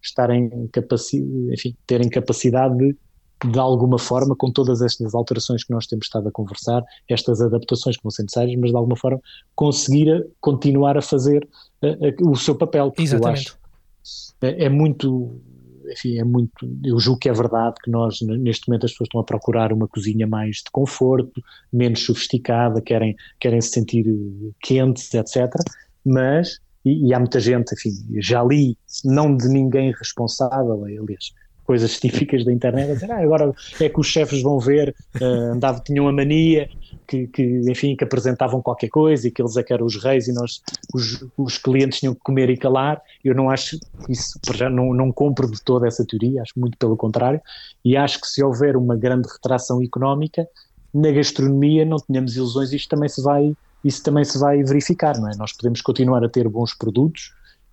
terem capacidade de alguma forma, com todas estas alterações que nós temos estado a conversar, estas adaptações que vão ser necessárias, mas de alguma forma conseguir continuar a fazer o seu papel. Exatamente. Eu acho, é muito, eu julgo que é verdade que nós, neste momento, as pessoas estão a procurar uma cozinha mais de conforto, menos sofisticada, querem se sentir quentes, etc. Mas, e há muita gente, enfim, já li, não de ninguém responsável, aliás, coisas típicas da internet, a dizer, agora é que os chefes vão ver, tinham a mania que apresentavam qualquer coisa e que eles é que eram os reis e os clientes tinham que comer e calar. Eu não acho isso, já não compro de toda essa teoria, acho muito pelo contrário, e acho que se houver uma grande retração económica, na gastronomia não tenhamos ilusões, isso também se vai verificar, não é? Nós podemos continuar a ter bons produtos,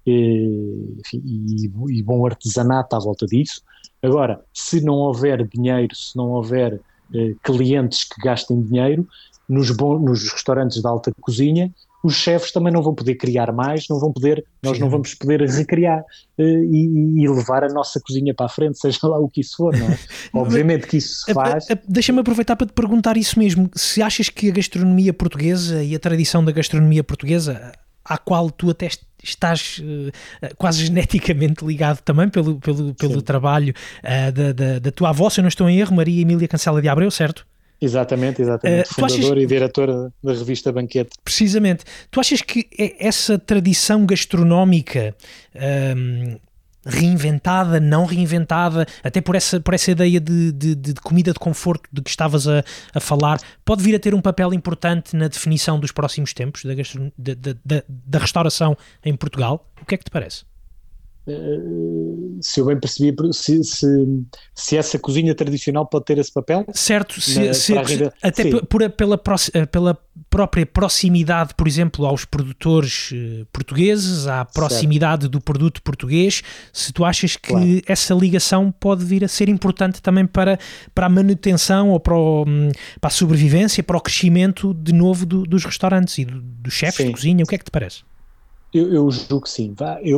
e bom artesanato à volta disso. Agora, se não houver dinheiro, se não houver clientes que gastem dinheiro, nos restaurantes de alta cozinha, os chefes também não vão poder criar mais, nós não vamos poder recriar e levar a nossa cozinha para a frente, seja lá o que isso for, não é? Obviamente que isso se faz. Deixa-me aproveitar para te perguntar isso mesmo, se achas que a gastronomia portuguesa e a tradição da gastronomia portuguesa, à qual tu até estás quase geneticamente ligado também pelo trabalho da tua avó, se eu não estou em erro, Maria Emília Cancela de Abreu, certo? Exatamente, fundadora e diretora da revista Banquete. Precisamente. Tu achas que essa tradição gastronómica reinventada, não reinventada, até por essa ideia de comida de conforto de que estavas a falar, pode vir a ter um papel importante na definição dos próximos tempos da restauração em Portugal? O que é que te parece? Se eu bem percebi, se essa cozinha tradicional pode ter esse papel? Certo, até pela própria proximidade, por exemplo, aos produtores portugueses, à proximidade do produto português, se tu achas que essa ligação pode vir a ser importante também para a manutenção ou para a sobrevivência, para o crescimento de novo dos restaurantes e dos chefes de cozinha, o que é que te parece? Eu julgo que sim.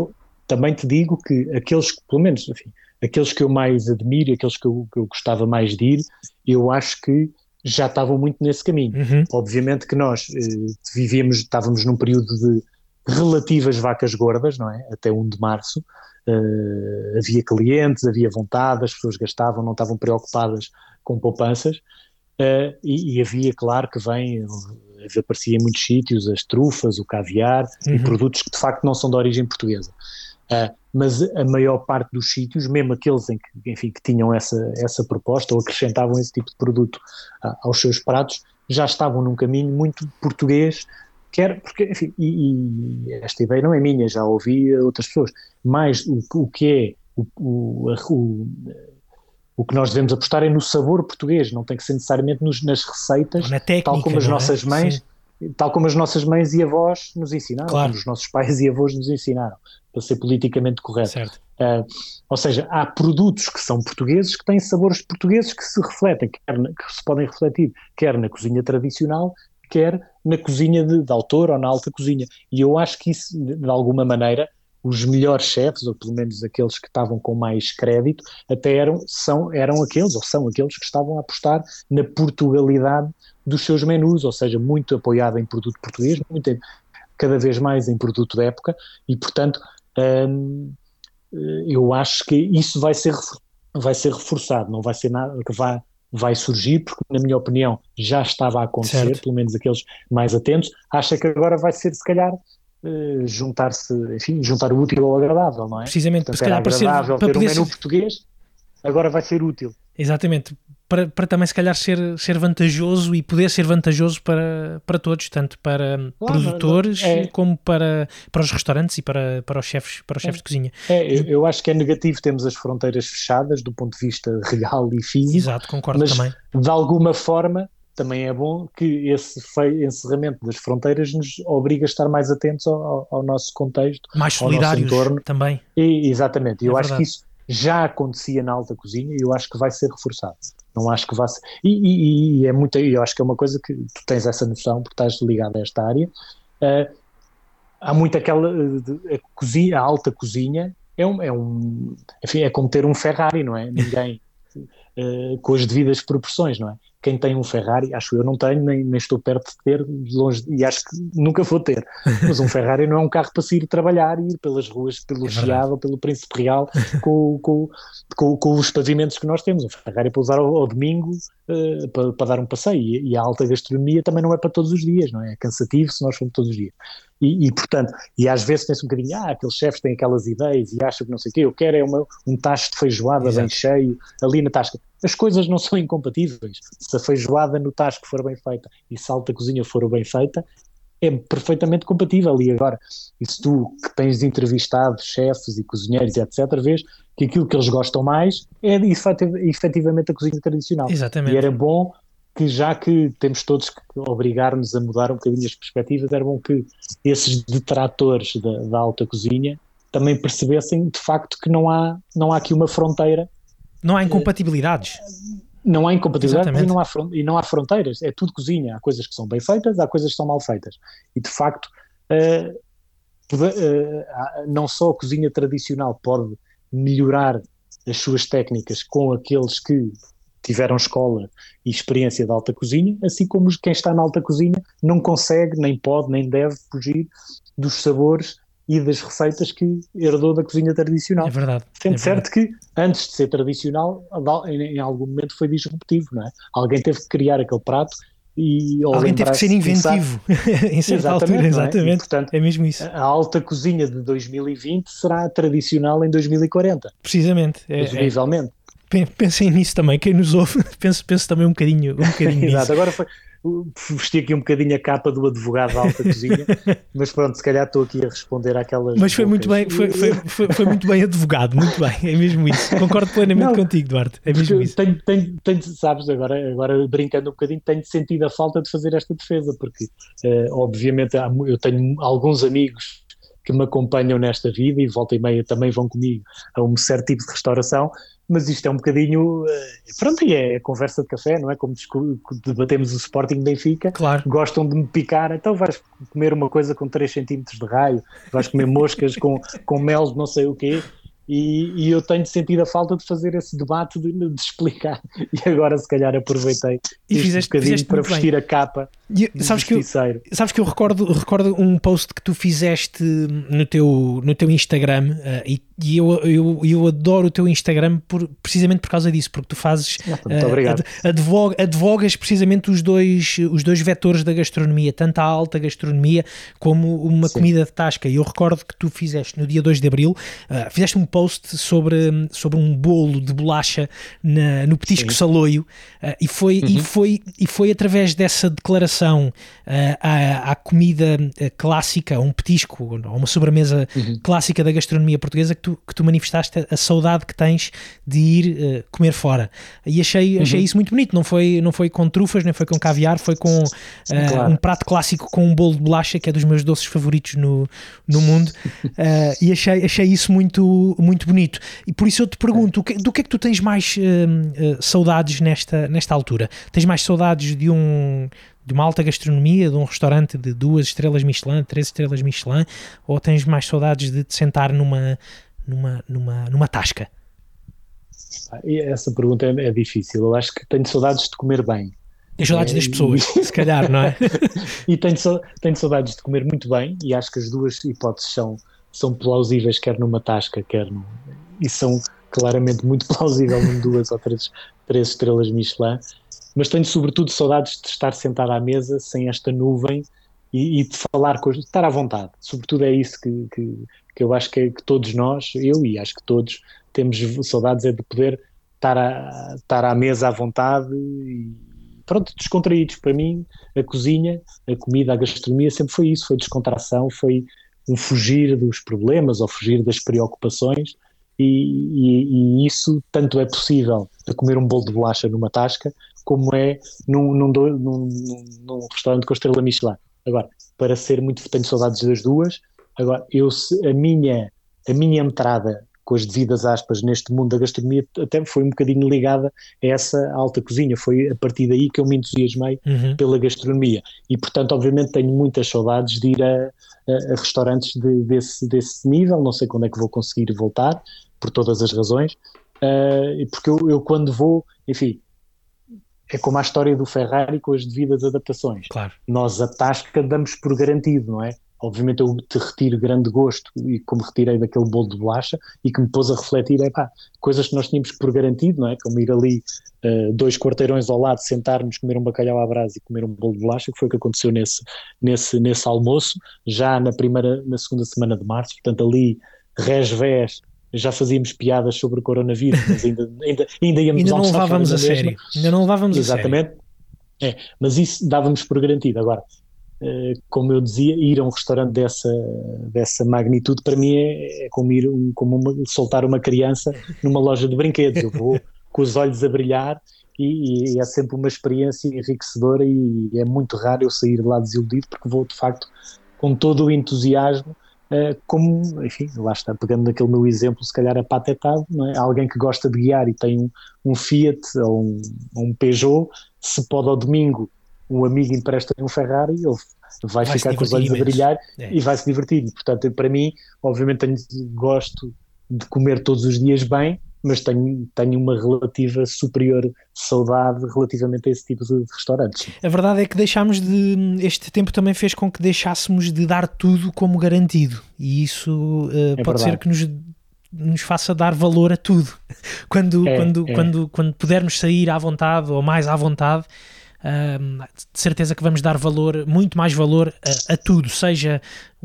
também te digo que aqueles que, pelo menos, enfim, aqueles que eu mais admiro, aqueles que eu gostava mais de ir, eu acho que já estavam muito nesse caminho. Obviamente que nós estávamos num período de relativas vacas gordas, não é? Até 1 de março, havia clientes, havia vontade, as pessoas gastavam, não estavam preocupadas com poupanças, e havia, claro, que aparecia em muitos sítios as trufas, o caviar, e produtos que de facto não são de origem portuguesa. Mas a maior parte dos sítios, mesmo aqueles em que, enfim, que tinham essa proposta ou acrescentavam esse tipo de produto aos seus pratos, já estavam num caminho muito português, porque, enfim, e esta ideia não é minha, já ouvi outras pessoas, mas o que é o que nós devemos apostar é no sabor português, não tem que ser necessariamente nas receitas, na técnica, tal como as nossas mães... Tal como as nossas mães e avós nos ensinaram, claro. Como os nossos pais e avós nos ensinaram, para ser politicamente correto. Certo. Ou seja, há produtos que são portugueses, que têm sabores portugueses que se refletem, que se podem refletir, quer na cozinha tradicional, quer na cozinha de autor ou na alta cozinha. E eu acho que isso, de alguma maneira, os melhores chefes, ou pelo menos aqueles que estavam com mais crédito, até são aqueles que estavam a apostar na Portugalidade dos seus menus, ou seja, muito apoiado em produto português, cada vez mais em produto de época, e portanto eu acho que isso vai ser reforçado, não vai ser nada que vai surgir, porque na minha opinião já estava a acontecer, certo. Pelo menos aqueles mais atentos, acha que agora vai ser se calhar juntar o útil ao agradável, não é? Precisamente, Portanto, se calhar era agradável ter um menu português, agora vai ser útil. Exatamente, para também se calhar ser vantajoso e poder ser vantajoso para todos, tanto para produtores como para os restaurantes e para os chefes de cozinha. Eu acho que é negativo termos as fronteiras fechadas do ponto de vista real e físico. Exato, concordo mas, também. De alguma forma também é bom que esse encerramento das fronteiras nos obriga a estar mais atentos ao nosso contexto, mais solidários ao nosso entorno. Também. Exatamente, eu acho que isso já acontecia na alta cozinha e eu acho que vai ser reforçado. Não acho que vá ser. E é muito. Eu acho que é uma coisa que tu tens essa noção, porque estás ligado a esta área. Há muito aquela. A alta cozinha enfim, é como ter um Ferrari, não é? Ninguém. Com as devidas proporções, não é? Quem tem um Ferrari, acho eu, não tenho, nem estou perto de ter, de longe, e acho que nunca vou ter. Mas um Ferrari não é um carro para se ir trabalhar e ir pelas ruas, pelo Chiado ou pelo Príncipe Real, com os pavimentos que nós temos. Um Ferrari é para usar ao domingo, para dar um passeio. E a alta gastronomia também não é para todos os dias, não é? É cansativo se nós formos todos os dias. Portanto, às vezes tem-se um bocadinho, aqueles chefes têm aquelas ideias e acham que não sei o quê, eu quero um tacho de feijoada bem cheio, ali na tasca. As coisas não são incompatíveis. Se a feijoada no tasco for bem feita e se a alta cozinha for bem feita, é perfeitamente compatível. E agora, e se tu que tens entrevistado chefes e cozinheiros e etc, vês que aquilo que eles gostam mais é efetivamente a cozinha tradicional. Exatamente. E era bom que, já que temos todos que obrigar-nos a mudar um bocadinho as perspectivas, era bom que esses detratores da alta cozinha também percebessem de facto que não há aqui uma fronteira. Não há incompatibilidades. Não há incompatibilidades e não há fronteiras, é tudo cozinha. Há coisas que são bem feitas, há coisas que são mal feitas. E de facto, não só a cozinha tradicional pode melhorar as suas técnicas com aqueles que tiveram escola e experiência de alta cozinha, assim como quem está na alta cozinha não consegue, nem pode, nem deve fugir dos sabores e das receitas que herdou da cozinha tradicional. É verdade. Sendo certo que, antes de ser tradicional, em algum momento foi disruptivo, não é? Alguém teve que criar aquele prato alguém teve que ser inventivo em certa altura, exatamente. E, portanto, é mesmo isso. A alta cozinha de 2020 será tradicional em 2040. Precisamente. Presumivelmente. Pensem nisso também, quem nos ouve, penso também um bocadinho Exato, nisso. Agora vesti aqui um bocadinho a capa do advogado da alta cozinha, mas pronto, se calhar estou aqui a responder àquelas... Mas foi muito bem, foi muito bem advogado, muito bem, é mesmo isso. Concordo plenamente contigo, Duarte, é mesmo isso. Tenho, sabes, agora brincando um bocadinho, tenho sentido a falta de fazer esta defesa, porque obviamente eu tenho alguns amigos que me acompanham nesta vida e volta e meia também vão comigo a um certo tipo de restauração, mas isto é um bocadinho, pronto, e é conversa de café, não é? Como debatemos o Sporting Benfica, claro. Gostam de me picar, então vais comer uma coisa com 3 centímetros de raio, vais comer moscas com mel de não sei o quê, e eu tenho sentido a falta de fazer esse debate, de explicar, e agora se calhar aproveitei este bocadinho para vestir a capa de justiceiro. Sabes que eu recordo um post que tu fizeste no teu Instagram, e eu adoro o teu Instagram precisamente por causa disso, porque tu fazes, muito obrigado. Advogas precisamente os dois vetores da gastronomia, tanto a alta gastronomia como uma comida de tasca. E eu recordo que tu fizeste no dia 2 de Abril, fizeste um post sobre um bolo de bolacha no Petisco Saloio, e foi através dessa declaração à comida clássica, a um petisco, a uma sobremesa clássica da gastronomia portuguesa, que tu manifestaste a saudade que tens de ir comer fora. E achei isso muito bonito. Não foi com trufas, nem foi com caviar, foi com um prato clássico com um bolo de bolacha, que é dos meus doces favoritos no mundo, e achei isso muito, muito bonito. E por isso eu te pergunto, do que é que tu tens mais saudades nesta altura? Tens mais saudades de uma alta gastronomia, de um restaurante de 2 estrelas Michelin, 3 estrelas Michelin, ou tens mais saudades de te sentar numa tasca? Essa pergunta é difícil. Eu acho que tenho saudades de comer bem. Tens saudades das pessoas, se calhar, não é? E tenho saudades de comer muito bem, e acho que as duas hipóteses são plausíveis, quer numa tasca, e são claramente muito plausíveis em 2 ou 3 estrelas Michelin, mas tenho sobretudo saudades de estar sentado à mesa sem esta nuvem e de falar de estar à vontade. Sobretudo é isso que eu acho que todos nós, eu e acho que todos, temos saudades, é de poder estar à mesa à vontade e pronto, descontraídos. Para mim, a cozinha, a comida, a gastronomia sempre foi isso, foi descontração, foi um fugir dos problemas ou fugir das preocupações, e isso tanto é possível a comer um bolo de bolacha numa tasca, como é num restaurante com estrela Michelin. Agora, para ser muito, tenho saudades das duas. Agora, a minha entrada, com as devidas aspas, neste mundo da gastronomia, até foi um bocadinho ligada a essa alta cozinha. Foi a partir daí que eu me entusiasmei pela gastronomia. E, portanto, obviamente tenho muitas saudades de ir a restaurantes desse nível. Não sei quando é que vou conseguir voltar, por todas as razões. Porque eu quando vou, enfim, é como a história do Ferrari com as devidas adaptações. Claro. Nós a tasca damos por garantido, não é? Obviamente eu te retiro grande gosto, e como retirei daquele bolo de bolacha, e que me pôs a refletir, coisas que nós tínhamos por garantido, não é? Como ir ali 2 quarteirões ao lado, sentar-nos, comer um bacalhau à brasa e comer um bolo de bolacha, que foi o que aconteceu nesse almoço, já na segunda semana de março. Portanto ali, resvés, já fazíamos piadas sobre o coronavírus, mas ainda íamos ainda não levávamos a sério. Ainda não levávamos a sério. Exatamente. Mas isso dávamos por garantido. Agora, como eu dizia, ir a um restaurante dessa magnitude, para mim é como soltar uma criança numa loja de brinquedos. Eu vou com os olhos a brilhar, e é sempre uma experiência enriquecedora, e é muito raro eu sair de lá desiludido, porque vou de facto com todo o entusiasmo, como, enfim, lá está, pegando naquele meu exemplo, se calhar apatetado, não é? Alguém que gosta de guiar e tem um Fiat ou um Peugeot, se pode ao domingo um amigo empresta-lhe um Ferrari, ele vai ficar com os olhos a brilhar e vai se divertir. Portanto, para mim, obviamente gosto de comer todos os dias bem, mas tenho uma relativa superior saudade relativamente a esse tipo de restaurantes. A verdade é que este tempo também fez com que deixássemos de dar tudo como garantido, e isso pode ser que nos faça dar valor a tudo. Quando pudermos sair à vontade, ou mais à vontade, de certeza que vamos dar muito mais valor a tudo, seja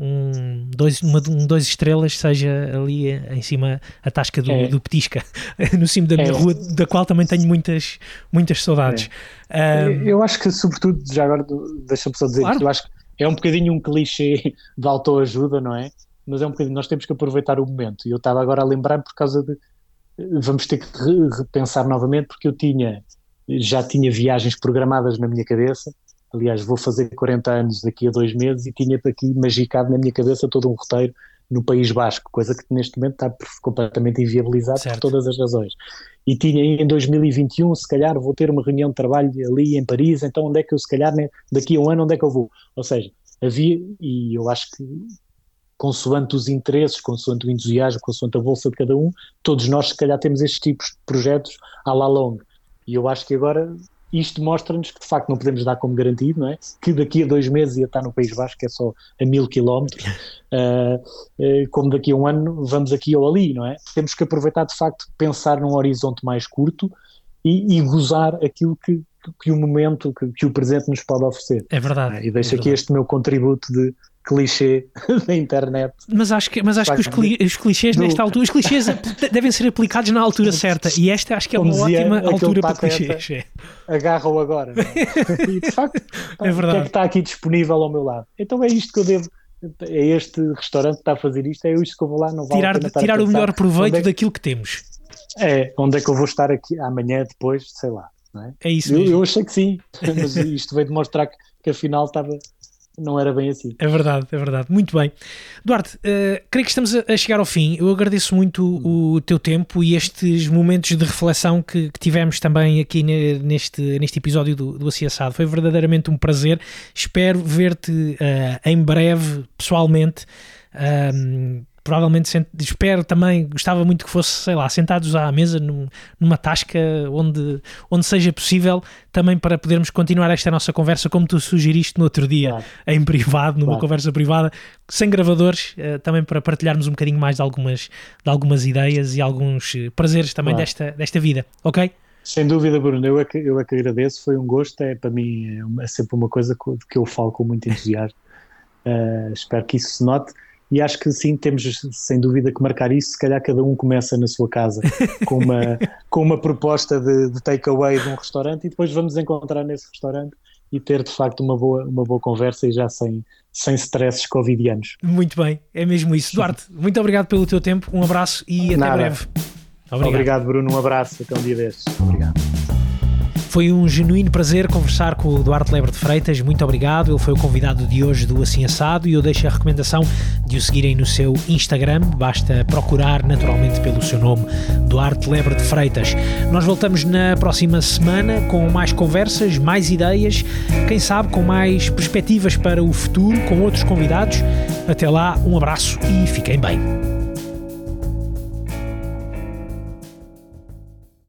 dois estrelas, seja ali em cima a tasca do Petisca, no cimo da minha rua, da qual também tenho muitas saudades. Eu acho que, sobretudo, já agora deixa-me só dizer, claro, eu acho que é um bocadinho um clichê de autoajuda, não é? Mas é um bocadinho, nós temos que aproveitar o momento, e eu estava agora a lembrar por causa de, vamos ter que repensar novamente, porque já tinha viagens programadas na minha cabeça. Aliás, vou fazer 40 anos daqui a 2 meses, e tinha aqui magicado na minha cabeça todo um roteiro no País Basco, coisa que neste momento está completamente inviabilizado por todas as razões. E tinha em 2021, se calhar vou ter uma reunião de trabalho ali em Paris, então onde é que eu, se calhar, né, daqui a um ano, onde é que eu vou? Ou seja, havia, e eu acho que consoante os interesses, consoante o entusiasmo, consoante a bolsa de cada um, todos nós se calhar temos estes tipos de projetos à la longa. E eu acho que agora isto mostra-nos que de facto não podemos dar como garantido, não é? Que daqui a 2 meses ia estar no País Basco, que é só a 1000 quilómetros, como daqui a um ano vamos aqui ou ali, não é? Temos que aproveitar de facto, pensar num horizonte mais curto e gozar aquilo que o momento, que o presente nos pode oferecer. É verdade. E deixo aqui este meu contributo de clichê da internet. Mas acho que os clichês nesta altura, os clichês devem ser aplicados na altura certa, e esta acho que é uma ótima altura para clichês. Agarra-o agora. E de facto, é verdade. O que é que está aqui disponível ao meu lado? Então é isto que eu devo, é este restaurante que está a fazer isto, é isto que eu vou lá, não vale tirar o melhor proveito daquilo que temos. Onde é que eu vou estar aqui amanhã, depois, sei lá. Não é? É isso mesmo. Eu achei que sim, mas isto veio demonstrar que afinal não era bem assim. É verdade. Muito bem. Duarte, creio que estamos a chegar ao fim. Eu agradeço muito o teu tempo e estes momentos de reflexão que tivemos também aqui neste episódio do Assim Assado. Foi verdadeiramente um prazer. Espero ver-te em breve, pessoalmente. Provavelmente espero também, gostava muito que fosse, sei lá, sentados à mesa numa tasca onde seja possível, também para podermos continuar esta nossa conversa como tu sugeriste no outro dia, claro, em privado, numa conversa privada, sem gravadores, também para partilharmos um bocadinho mais de algumas ideias e alguns prazeres também, claro, desta vida, ok? Sem dúvida, Bruno, eu é que agradeço, foi um gosto, para mim é sempre uma coisa que eu falo com muito entusiasmo, espero que isso se note. E acho que sim, temos sem dúvida que marcar isso. Se calhar cada um começa na sua casa com uma proposta de takeaway de um restaurante e depois vamos encontrar nesse restaurante e ter de facto uma boa conversa e já sem stresses covidianos. Muito bem, é mesmo isso. Duarte, muito obrigado pelo teu tempo, um abraço e até breve. Obrigado, Bruno, um abraço, até um dia destes. Obrigado. Foi um genuíno prazer conversar com o Duarte Lebre de Freitas, muito obrigado. Ele foi o convidado de hoje do Assim Assado e eu deixo a recomendação de o seguirem no seu Instagram, basta procurar naturalmente pelo seu nome, Duarte Lebre de Freitas. Nós voltamos na próxima semana com mais conversas, mais ideias, quem sabe com mais perspectivas para o futuro, com outros convidados. Até lá, um abraço e fiquem bem.